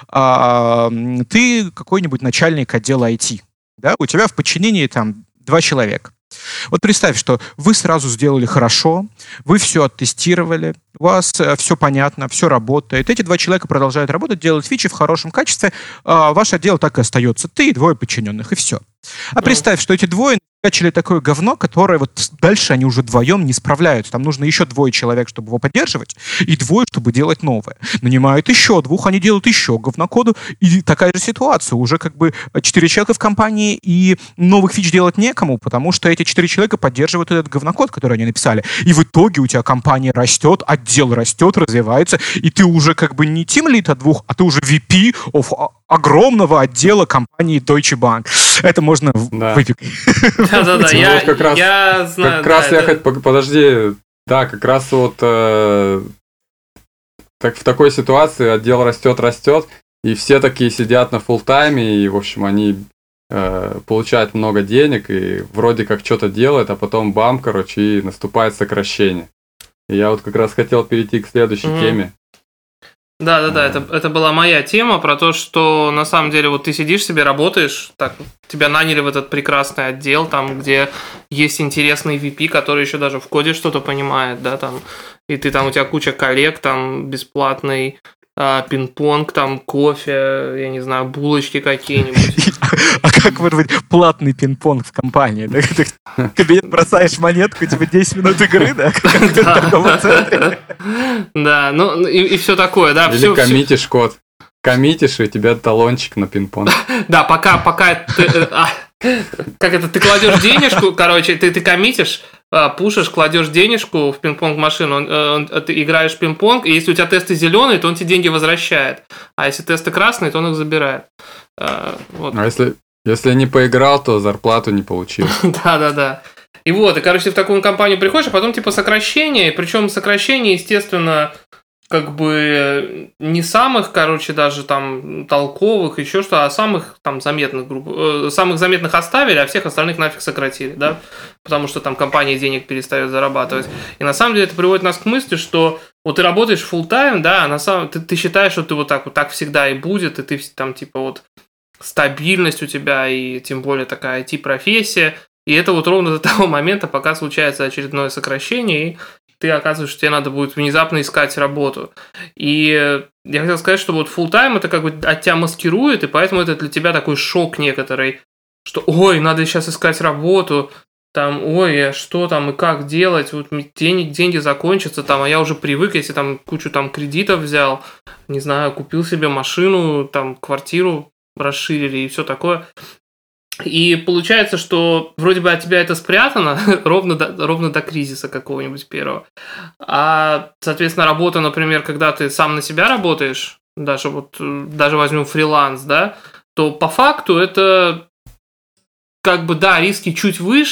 ты какой-нибудь начальник отдела IT, да? У тебя в подчинении там 2 человека. Вот представь, что вы сразу сделали хорошо, вы все оттестировали, у вас все понятно, все работает. Эти 2 человека продолжают работать, делать фичи в хорошем качестве, ваш отдел так и остается. Ты и 2 подчиненных, и все. А представь, что эти 2 накачали такое говно, которое вот дальше они уже вдвоем не справляются. Там нужно еще 2 человек, чтобы его поддерживать, и 2, чтобы делать новое. Нанимают еще 2, они делают еще говнокоду, и такая же ситуация. Уже как бы 4 человека в компании, и новых фич делать некому, потому что эти 4 человека поддерживают этот говнокод, который они написали. И в итоге у тебя компания растет, отдел растет, развивается, и ты уже как бы не тимлид от 2, а ты уже VP огромного отдела компании Deutsche Bank. Это можно выпекать. Да-да-да, я знаю. Как раз ехать, подожди, да, как раз вот так в такой ситуации отдел растет, и все такие сидят на фулл-тайме, и, в общем, они получают много денег, и вроде как что-то делают, а потом бам, короче, и наступает сокращение. И я вот как раз хотел перейти к следующей теме. Да, это была моя тема про то, что на самом деле вот ты сидишь себе, работаешь, так, тебя наняли в этот прекрасный отдел, там, где есть интересный VP, который еще даже в коде что-то понимает, да, там, и ты там, у тебя куча коллег, там, бесплатный пинг-понг, там, кофе, я не знаю, булочки какие-нибудь. А как может быть платный пинг-понг в компании? Ты в кабинет бросаешь монетку, тебе 10 минут игры, да? Да, ну и все такое, да. Или коммитишь код. Коммитишь, и у тебя талончик на пинг-понг. Да, пока как это, ты кладешь денежку, короче, ты коммитишь, пушишь, кладешь денежку в пинг-понг машину, ты играешь в пинг-понг, и если у тебя тесты зеленые, то он тебе деньги возвращает, а если тесты красные, то он их забирает. Вот. А если не поиграл, то зарплату не получил. Да. И вот, и, короче, ты в такую компанию приходишь, а потом типа сокращение, причем сокращение, естественно, как бы не самых, короче, даже там толковых, еще что, а самых там заметных групп, самых заметных оставили, а всех остальных нафиг сократили, да, потому что там компания денег перестает зарабатывать. И на самом деле это приводит нас к мысли, что вот ты работаешь full-time, да, а на самом ты считаешь, что ты вот так всегда и будет, и ты там типа вот стабильность у тебя, и тем более такая IT-профессия, и это вот ровно до того момента, пока случается очередное сокращение, и ты оказываешь, что тебе надо будет внезапно искать работу. И я хотел сказать, что вот full-time это как бы от тебя маскирует, и поэтому это для тебя такой шок некоторый, что ой, надо сейчас искать работу, там, ой, а что там и как делать, вот деньги закончатся, там, а я уже привык, если там кучу там кредитов взял, не знаю, купил себе машину, там, квартиру расширили и все такое. И получается, что вроде бы от тебя это спрятано ровно до кризиса какого-нибудь первого. А, соответственно, работа, например, когда ты сам на себя работаешь, даже возьмем фриланс, да, то по факту это как бы, да, риски чуть выше,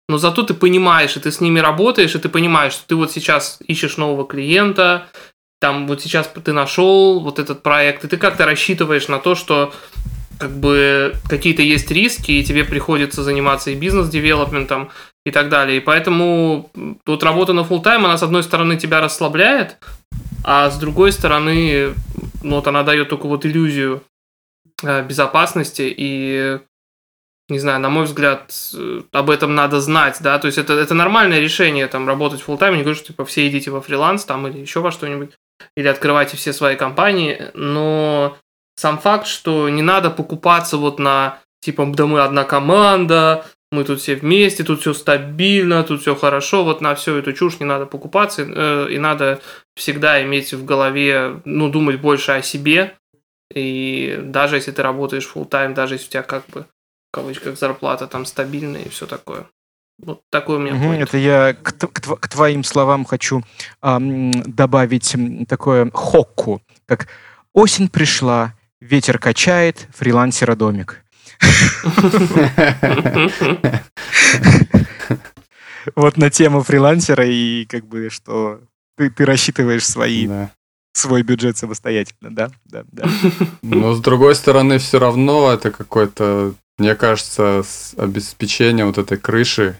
но зато ты понимаешь, и ты с ними работаешь, и ты понимаешь, что ты вот сейчас ищешь нового клиента, там вот сейчас ты нашел вот этот проект, и ты как-то рассчитываешь на то, что как бы какие-то есть риски, и тебе приходится заниматься и бизнес-девелопментом, и так далее. И поэтому вот работа на фулл-тайм, она с одной стороны тебя расслабляет, а с другой стороны, ну, вот она дает только вот иллюзию безопасности, и, не знаю, на мой взгляд, об этом надо знать, да, то есть это нормальное решение, там, работать фулл-тайм, не говорю, что, типа, все идите во фриланс, там, или еще во что-нибудь, или открывайте все свои компании, но сам факт, что не надо покупаться вот на, типа, да мы одна команда, мы тут все вместе, тут все стабильно, тут все хорошо, вот на всю эту чушь не надо покупаться, и надо всегда иметь в голове, ну, думать больше о себе, и даже если ты работаешь фулл-тайм, даже если у тебя как бы, в кавычках, зарплата там стабильная и все такое. Вот такой у меня point. Это я к твоим словам хочу добавить такое хокку, как «Осень пришла, ветер качает, фрилансера домик». Вот на тему фрилансера и как бы что ты рассчитываешь свой бюджет самостоятельно, да? Но с другой стороны, все равно это какое-то, мне кажется, обеспечение вот этой крыши,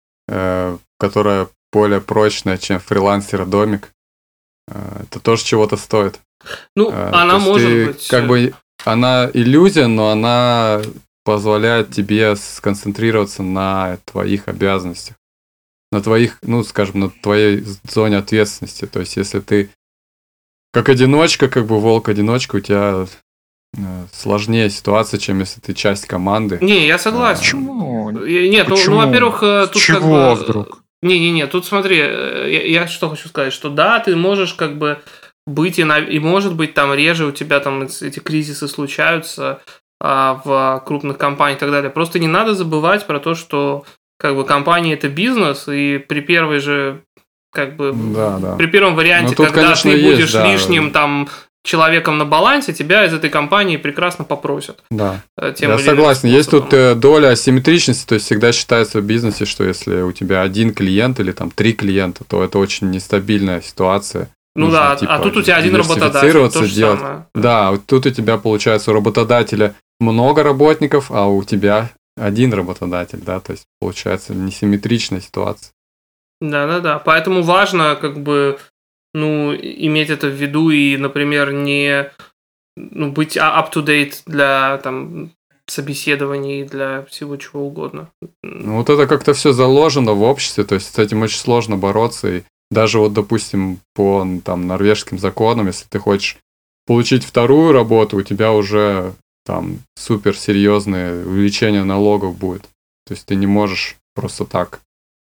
которая более прочная, чем фрилансера домик. Это тоже чего-то стоит. Ну, она может быть. Как бы она иллюзия, но она позволяет тебе сконцентрироваться на твоих обязанностях, на твоих, ну, скажем, на твоей зоне ответственности. То есть, если ты как одиночка, как бы волк-одиночка, у тебя сложнее ситуация, чем если ты часть команды. Не, я согласен. Почему? Нет, ну, во-первых, тут чего как бы... вдруг? Не, тут смотри, я что хочу сказать, что да, ты можешь как бы быть, и может быть там реже у тебя там эти кризисы случаются в крупных компаниях и так далее. Просто не надо забывать про то, что как бы компания это бизнес, и при первой же как бы при первом варианте, тут, когда конечно, ты будешь есть, лишним там человеком на балансе, тебя из этой компании прекрасно попросят. Да, я согласен. Есть тут доля асимметричности, то есть всегда считается в бизнесе, что если у тебя один клиент или там 3 клиента, то это очень нестабильная ситуация. Ну нужно, да, типа, а тут у тебя один работодатель, то же делать. самое. Да, вот тут у тебя, получается, у работодателя много работников, а у тебя один работодатель, да, то есть получается несимметричная ситуация. Да, поэтому важно как бы, ну, иметь это в виду и, например, не быть up-to-date для там собеседований, для всего чего угодно. Ну, вот это как-то все заложено в обществе, то есть с этим очень сложно бороться, и даже вот, допустим, по там норвежским законам, если ты хочешь получить вторую работу, у тебя уже там суперсерьезное увеличение налогов будет. То есть ты не можешь просто так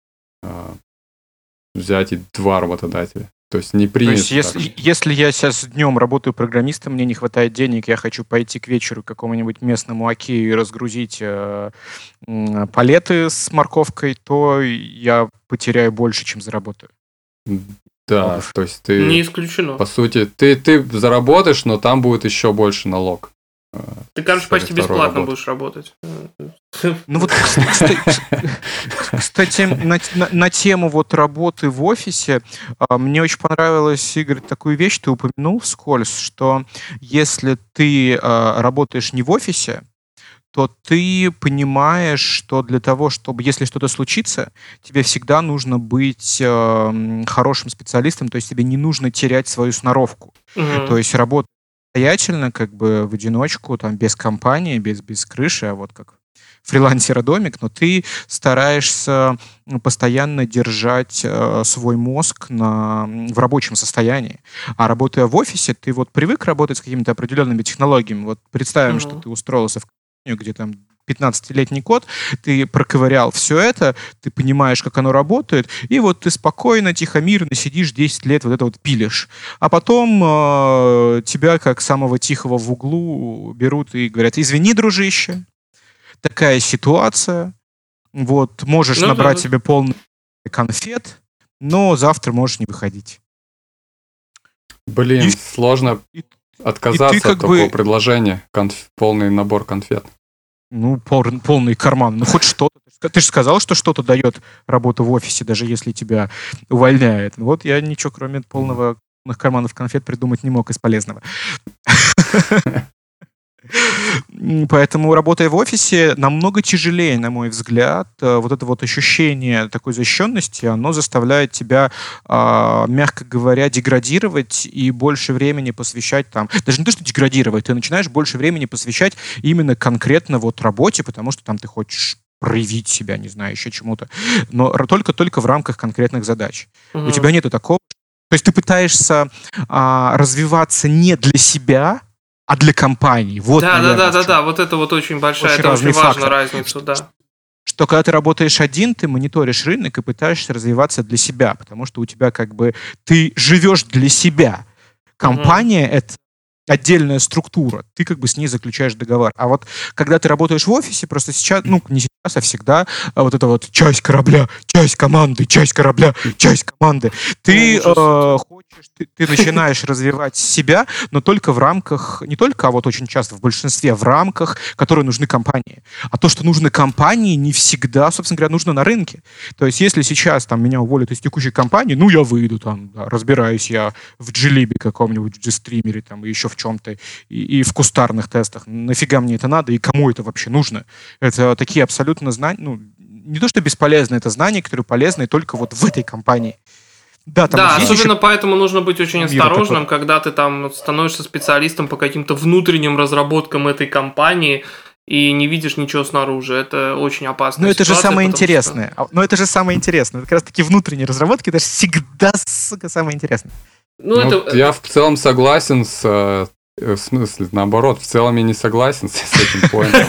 взять и 2 работодателя. То есть не принято. То есть если я сейчас днем работаю программистом, мне не хватает денег, я хочу пойти к вечеру к какому-нибудь местному Окею и разгрузить палеты с морковкой, то я потеряю больше, чем заработаю. Да, то есть ты... Не исключено. По сути, ты заработаешь, но там будет еще больше налог. Ты, короче, почти бесплатно будешь работать. Ну вот, кстати, на тему вот работы в офисе, мне очень понравилась, Игорь, такую вещь, ты упомянул вскользь, что если ты работаешь не в офисе, то ты понимаешь, что для того, чтобы, если что-то случится, тебе всегда нужно быть хорошим специалистом, то есть тебе не нужно терять свою сноровку. То есть работать самостоятельно, как бы в одиночку, там, без компании, без крыши, а вот как фрилансера-домик, но ты стараешься постоянно держать свой мозг в рабочем состоянии. А работая в офисе, ты вот привык работать с какими-то определенными технологиями. Вот представим, что ты устроился в компанию, где там 15-летний код, ты проковырял все это, ты понимаешь, как оно работает, и вот ты спокойно, тихо, мирно сидишь 10 лет вот это вот пилишь. А потом тебя, как самого тихого в углу, берут и говорят: извини, дружище, такая ситуация, вот, можешь набрать себе полный конфет, но завтра можешь не выходить. Блин, сложно отказаться от такого предложения, полный набор конфет. полный карман. Ну, хоть что-то. Ты же сказал, что что-то дает работа в офисе, даже если тебя увольняет. Вот я ничего, кроме полных карманов конфет, придумать не мог из полезного. Поэтому, работая в офисе, намного тяжелее, на мой взгляд. Вот это вот ощущение такой защищенности, оно заставляет тебя, мягко говоря, деградировать и больше времени посвящать там... Даже не то, что деградировать, ты начинаешь больше времени посвящать именно конкретно вот работе, потому что там ты хочешь проявить себя, не знаю, еще чему-то. Но только в рамках конкретных задач. У тебя нету такого. То есть ты пытаешься развиваться не для себя, а для компании. Вот, да. Вот это вот очень большая, это очень важная разница, да. Что когда ты работаешь один, ты мониторишь рынок и пытаешься развиваться для себя, потому что у тебя как бы ты живешь для себя. Компания — это отдельная структура, ты как бы с ней заключаешь договор. А вот когда ты работаешь в офисе, просто сейчас, не сейчас, а всегда, вот это вот часть корабля, часть команды, часть корабля, часть команды. Ты ты начинаешь развивать себя, но только в рамках, не только, а вот очень часто в большинстве, в рамках, которые нужны компании. А то, что нужно компании, не всегда, собственно говоря, нужно на рынке. То есть если сейчас там меня уволят из текущей компании, я выйду там, да, разбираюсь я в G-Lib каком-нибудь, в G-стримере там, и еще в чем-то, и в кустарных тестах. Нафига мне это надо и кому это вообще нужно? Это такие абсолютно знания, не то что бесполезные, это знания, которые полезны только вот в этой компании. Да, особенно поэтому нужно быть очень осторожным, когда ты там становишься специалистом по каким-то внутренним разработкам этой компании и не видишь ничего снаружи. Это очень опасно. Это же самое интересное. Это же самое интересное. Как раз таки внутренние разработки, это же всегда, сука, самое интересное. Я в целом согласен в смысле, наоборот, в целом я не согласен с этим поинтом.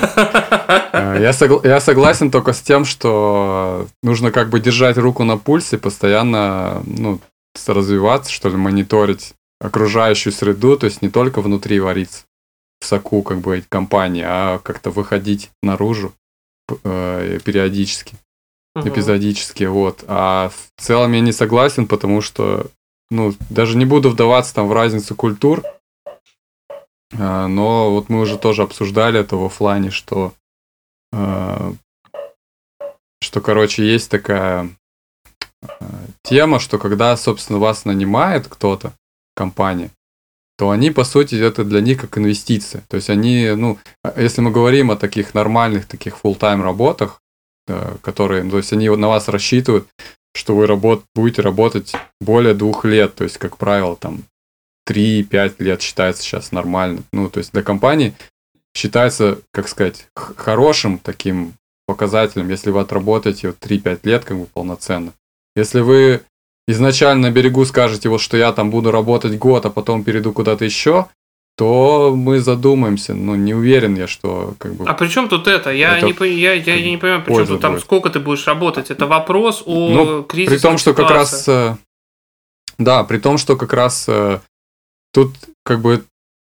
Я согласен только с тем, что нужно как бы держать руку на пульсе, постоянно развиваться, что ли, мониторить окружающую среду, то есть не только внутри вариться в соку как бы этой компании, а как-то выходить наружу периодически, эпизодически, вот. А в целом я не согласен, потому что, даже не буду вдаваться там в разницу культур, но вот мы уже тоже обсуждали это в офлайне, что, короче, есть такая тема, что когда, собственно, вас нанимает кто-то, компания, то они, по сути, это для них как инвестиция. То есть они, если мы говорим о таких нормальных, таких full-time работах, которые, то есть они на вас рассчитывают, что вы будете работать более 2 лет, то есть, как правило, там, 3-5 лет считается сейчас нормально. То есть для компании считается, как сказать, хорошим таким показателем, если вы отработаете 3-5 лет как бы полноценно. Если вы изначально на берегу скажете, что я там буду работать год, а потом перейду куда-то еще, то мы задумаемся. Не уверен я, что как бы... А при чем тут это? Я не понимаю, при чем тут там сколько ты будешь работать. Это вопрос о кризисной при том, что как раз... Да, при том, что как раз... Тут как бы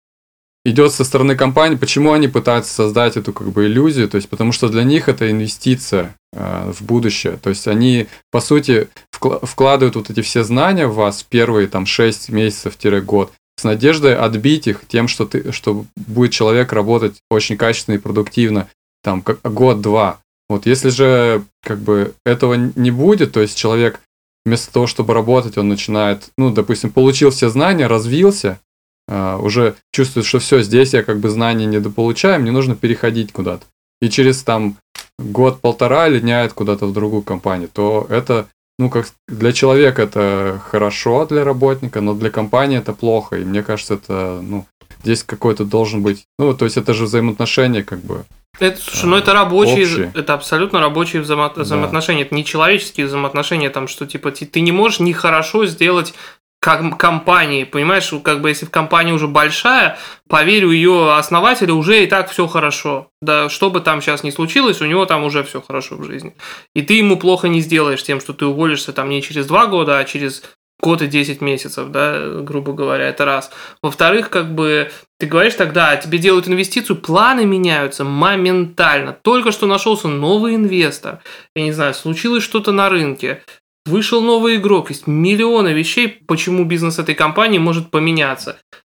идет со стороны компании, почему они пытаются создать эту как бы иллюзию, то есть потому что для них это инвестиция в будущее, то есть они по сути вкладывают вот эти все знания в вас первые там 6 месяцев-год с надеждой отбить их тем, что будет человек работать очень качественно и продуктивно там год-два. Вот если же как бы этого не будет, то есть человек вместо того, чтобы работать, он начинает, допустим, получил все знания, развился, уже чувствует, что все, здесь я как бы знаний недополучаю, мне нужно переходить куда-то. И через там год-полтора линяет куда-то в другую компанию, то это, как для человека это хорошо, для работника, но для компании это плохо. И мне кажется, это, здесь какой-то должен быть, то есть это же взаимоотношения как бы. Слушай, это рабочие, это абсолютно рабочие взаимоотношения, это не человеческие взаимоотношения, там, что типа ты не можешь нехорошо сделать компании, понимаешь, как бы если компания уже большая, поверь, у ее основателя уже и так все хорошо. Да, что бы там сейчас ни случилось, у него там уже все хорошо в жизни. И ты ему плохо не сделаешь тем, что ты уволишься там не через 2 года, а через год и 10 месяцев, да, грубо говоря, это раз. Во-вторых, как бы ты говоришь тогда, тебе делают инвестицию, планы меняются моментально. Только что нашелся новый инвестор, я не знаю, случилось что-то на рынке, вышел новый игрок, есть миллионы вещей, почему бизнес этой компании может поменяться.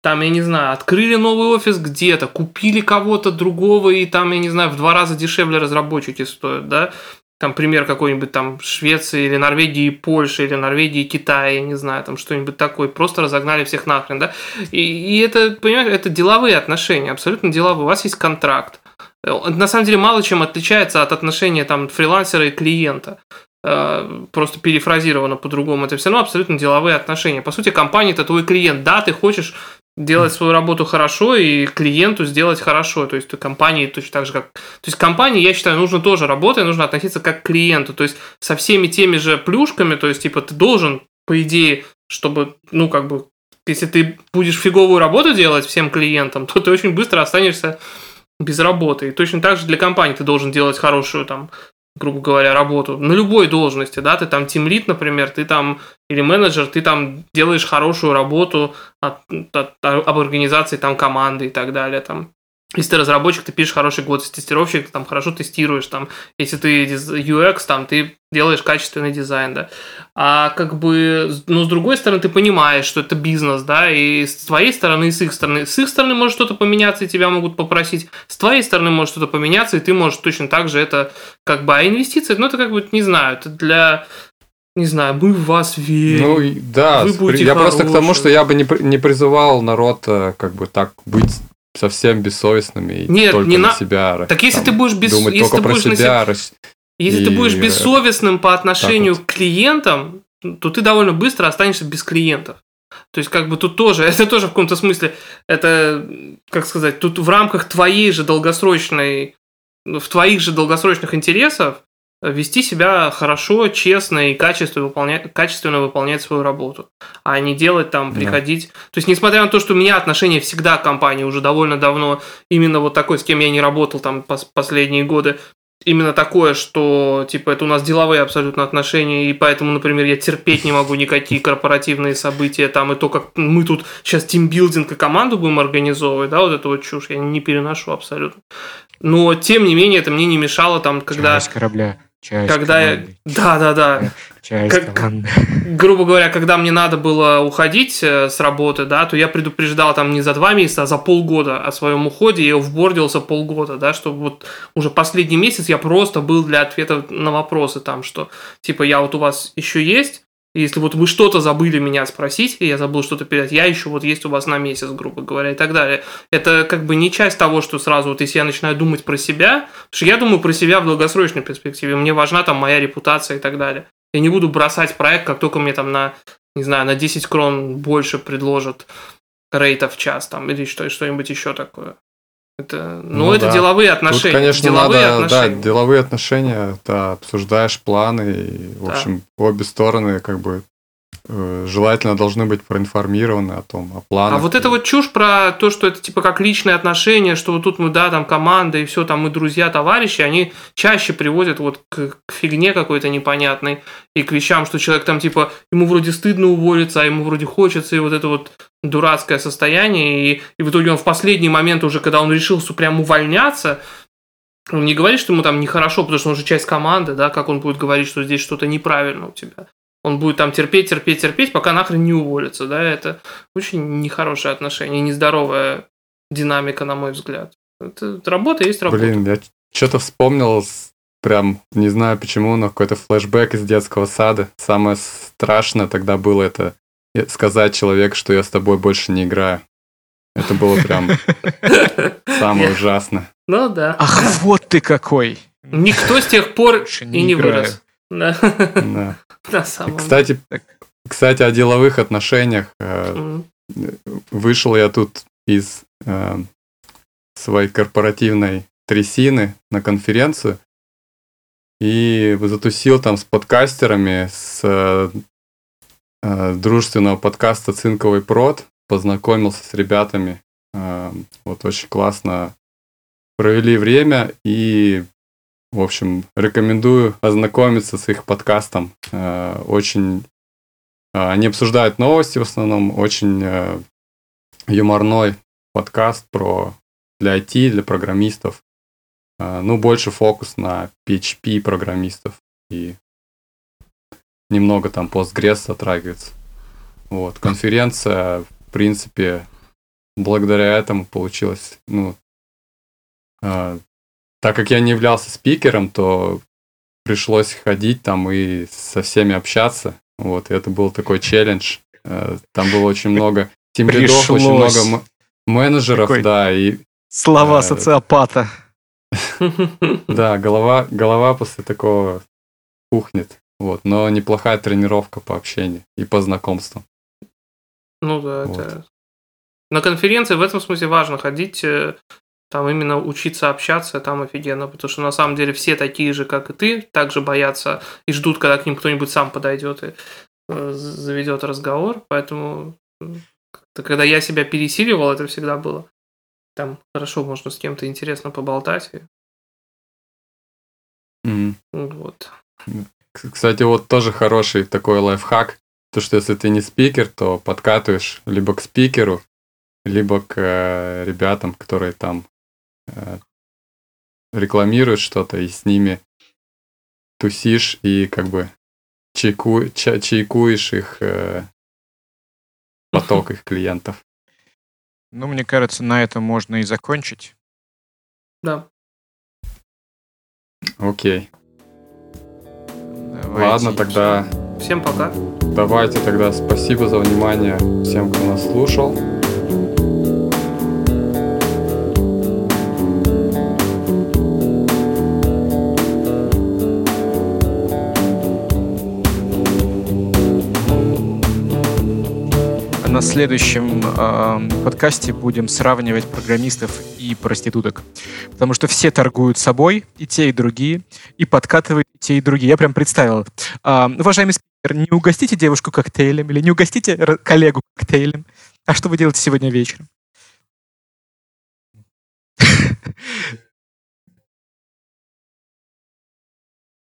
там, я не знаю, открыли новый офис где-то, купили кого-то другого, и там, я не знаю, в 2 раза дешевле разработчики стоят, да, там пример какой-нибудь там Швеции или Норвегии и Польши, или Норвегии и Китая, я не знаю, там что-нибудь такое, просто разогнали всех нахрен, да, и это, понимаете, это деловые отношения, абсолютно деловые, у вас есть контракт. На самом деле мало чем отличается от отношения там фрилансера и клиента. Просто перефразировано по-другому. Это все равно абсолютно деловые отношения. По сути, компания – это твой клиент. Да, ты хочешь делать свою работу хорошо и клиенту сделать хорошо. То есть, компании точно так же, как... То есть, компании, я считаю, нужно тоже работать, нужно относиться как к клиенту. То есть, со всеми теми же плюшками, то есть, типа, ты должен, по идее, чтобы, ну, как бы, если ты будешь фиговую работу делать всем клиентам, то ты очень быстро останешься без работы. И точно так же для компании ты должен делать хорошую, там, грубо говоря, работу на любой должности, да, ты там тимлид, например, ты там, или менеджер, ты там делаешь хорошую работу об организации там команды и так далее, там. Если ты разработчик, ты пишешь хороший код, если тестировщик, ты там хорошо тестируешь, там, если ты UX, там, ты делаешь качественный дизайн, да. А как бы, ну, с другой стороны, ты понимаешь, что это бизнес, да, и с твоей стороны, и с их стороны. С их стороны может что-то поменяться, и тебя могут попросить, с твоей стороны может что-то поменяться, и ты можешь точно так же это, как бы, а инвестиции, ну, это как бы, не знаю, это для... Не знаю, мы в вас верим. Ну, да, я просто к тому, что я бы не призывал народ, как бы, так быть совсем бессовестными и нет, только не на себя. Так если ты будешь думать только про себя. Если ты будешь бессовестным по отношению к клиентам, то ты довольно быстро останешься без клиентов. То есть, как бы тут тоже, это тоже в каком-то смысле, это, как сказать, тут в рамках твоей же долгосрочной, в твоих же долгосрочных интересов вести себя хорошо, честно и качественно выполнять свою работу, а не делать там, приходить... Да. То есть, несмотря на то, что у меня отношение всегда к компании уже довольно давно, именно вот такой, с кем я не работал там последние годы, именно такое, что, типа, это у нас деловые абсолютно отношения, и поэтому, например, я терпеть не могу никакие корпоративные события, там, и то, как мы тут сейчас тимбилдинг и команду будем организовывать, да, вот эту вот чушь я не переношу абсолютно. Но, тем не менее, это мне не мешало там, когда... Часть корабля. Когда я... Да. Грубо говоря, когда мне надо было уходить с работы, да, то я предупреждал там не за 2 месяца, а за полгода о своем уходе, я вбордился полгода, да, чтобы вот уже последний месяц я просто был для ответов на вопросы там, что типа я вот у вас еще есть, если вот вы что-то забыли меня спросить, и я забыл что-то передать, я еще вот есть у вас на месяц, грубо говоря, и так далее. Это как бы не часть того, что сразу вот если я начинаю думать про себя, потому что я думаю про себя в долгосрочной перспективе, мне важна там моя репутация и так далее. Я не буду бросать проект, как только мне там на, не знаю, на 10 крон больше предложат рейта в час там, или что-нибудь еще такое. Это, это деловые отношения. Тут, конечно, деловые отношения, да, обсуждаешь планы, и, в общем, обе стороны, как бы, желательно должны быть проинформированы о планах. А вот это вот чушь про то, что это типа как личные отношения, что вот тут мы, да, там команда и все, там мы друзья, товарищи, они чаще приводят вот к фигне какой-то непонятной и к вещам, что человек там типа, ему вроде стыдно уволиться, а ему вроде хочется, и вот это вот дурацкое состояние, и в итоге он в последний момент уже, когда он решился прям увольняться, он не говорит, что ему там нехорошо, потому что он же часть команды, да, как он будет говорить, что здесь что-то неправильно у тебя. Он будет там терпеть, пока нахрен не уволится, да, это очень нехорошее отношение, нездоровая динамика, на мой взгляд. Это работа есть работа. Блин, я что-то вспомнил, прям не знаю почему, но какой-то флешбэк из детского сада. Самое страшное тогда было это сказать человеку, что я с тобой больше не играю. Это было прям самое ужасное. Ну да. Ах, вот ты какой! Никто с тех пор и не вырос. Да. Кстати, о деловых отношениях. Вышел я тут из своей корпоративной трясины на конференцию и затусил там с подкастерами с дружественного подкаста «Цинковый прод», познакомился с ребятами. Вот очень классно провели время и, в общем, рекомендую ознакомиться с их подкастом. Очень... Они обсуждают новости в основном. Очень юморной подкаст для IT, для программистов. Больше фокус на PHP программистов. И немного там Postgres затрагивается. Вот. Конференция, в принципе, благодаря этому получилось, так как я не являлся спикером, то пришлось ходить там и со всеми общаться. Вот, и это был такой челлендж. Там было очень много тимлидов, очень много менеджеров, такой да, и... Слова социопата. Да, голова после такого пухнет. Вот, но неплохая тренировка по общению и по знакомствам. Ну да, вот. Это... На конференции в этом смысле важно ходить, там именно учиться общаться, там офигенно, потому что на самом деле все такие же, как и ты, также боятся и ждут, когда к ним кто-нибудь сам подойдет и заведет разговор, поэтому когда я себя пересиливал, это всегда было. Там хорошо можно с кем-то интересно поболтать. Вот. Кстати, вот тоже хороший такой лайфхак, то что если ты не спикер, то подкатываешь либо к спикеру, либо к ребятам, которые там рекламируют что-то, и с ними тусишь и как бы чайкуешь их поток их клиентов. Ну, мне кажется, на этом можно и закончить. Да. Окей. Ладно, тогда... Всем пока. Давайте тогда спасибо за внимание всем, кто нас слушал. На следующем подкасте будем сравнивать программистов и проституток. Потому что все торгуют собой, и те, и другие, и подкатывают и те, и другие. Я прям представил. Уважаемый спикер, не угостите девушку коктейлем или не угостите коллегу коктейлем? А что вы делаете сегодня вечером?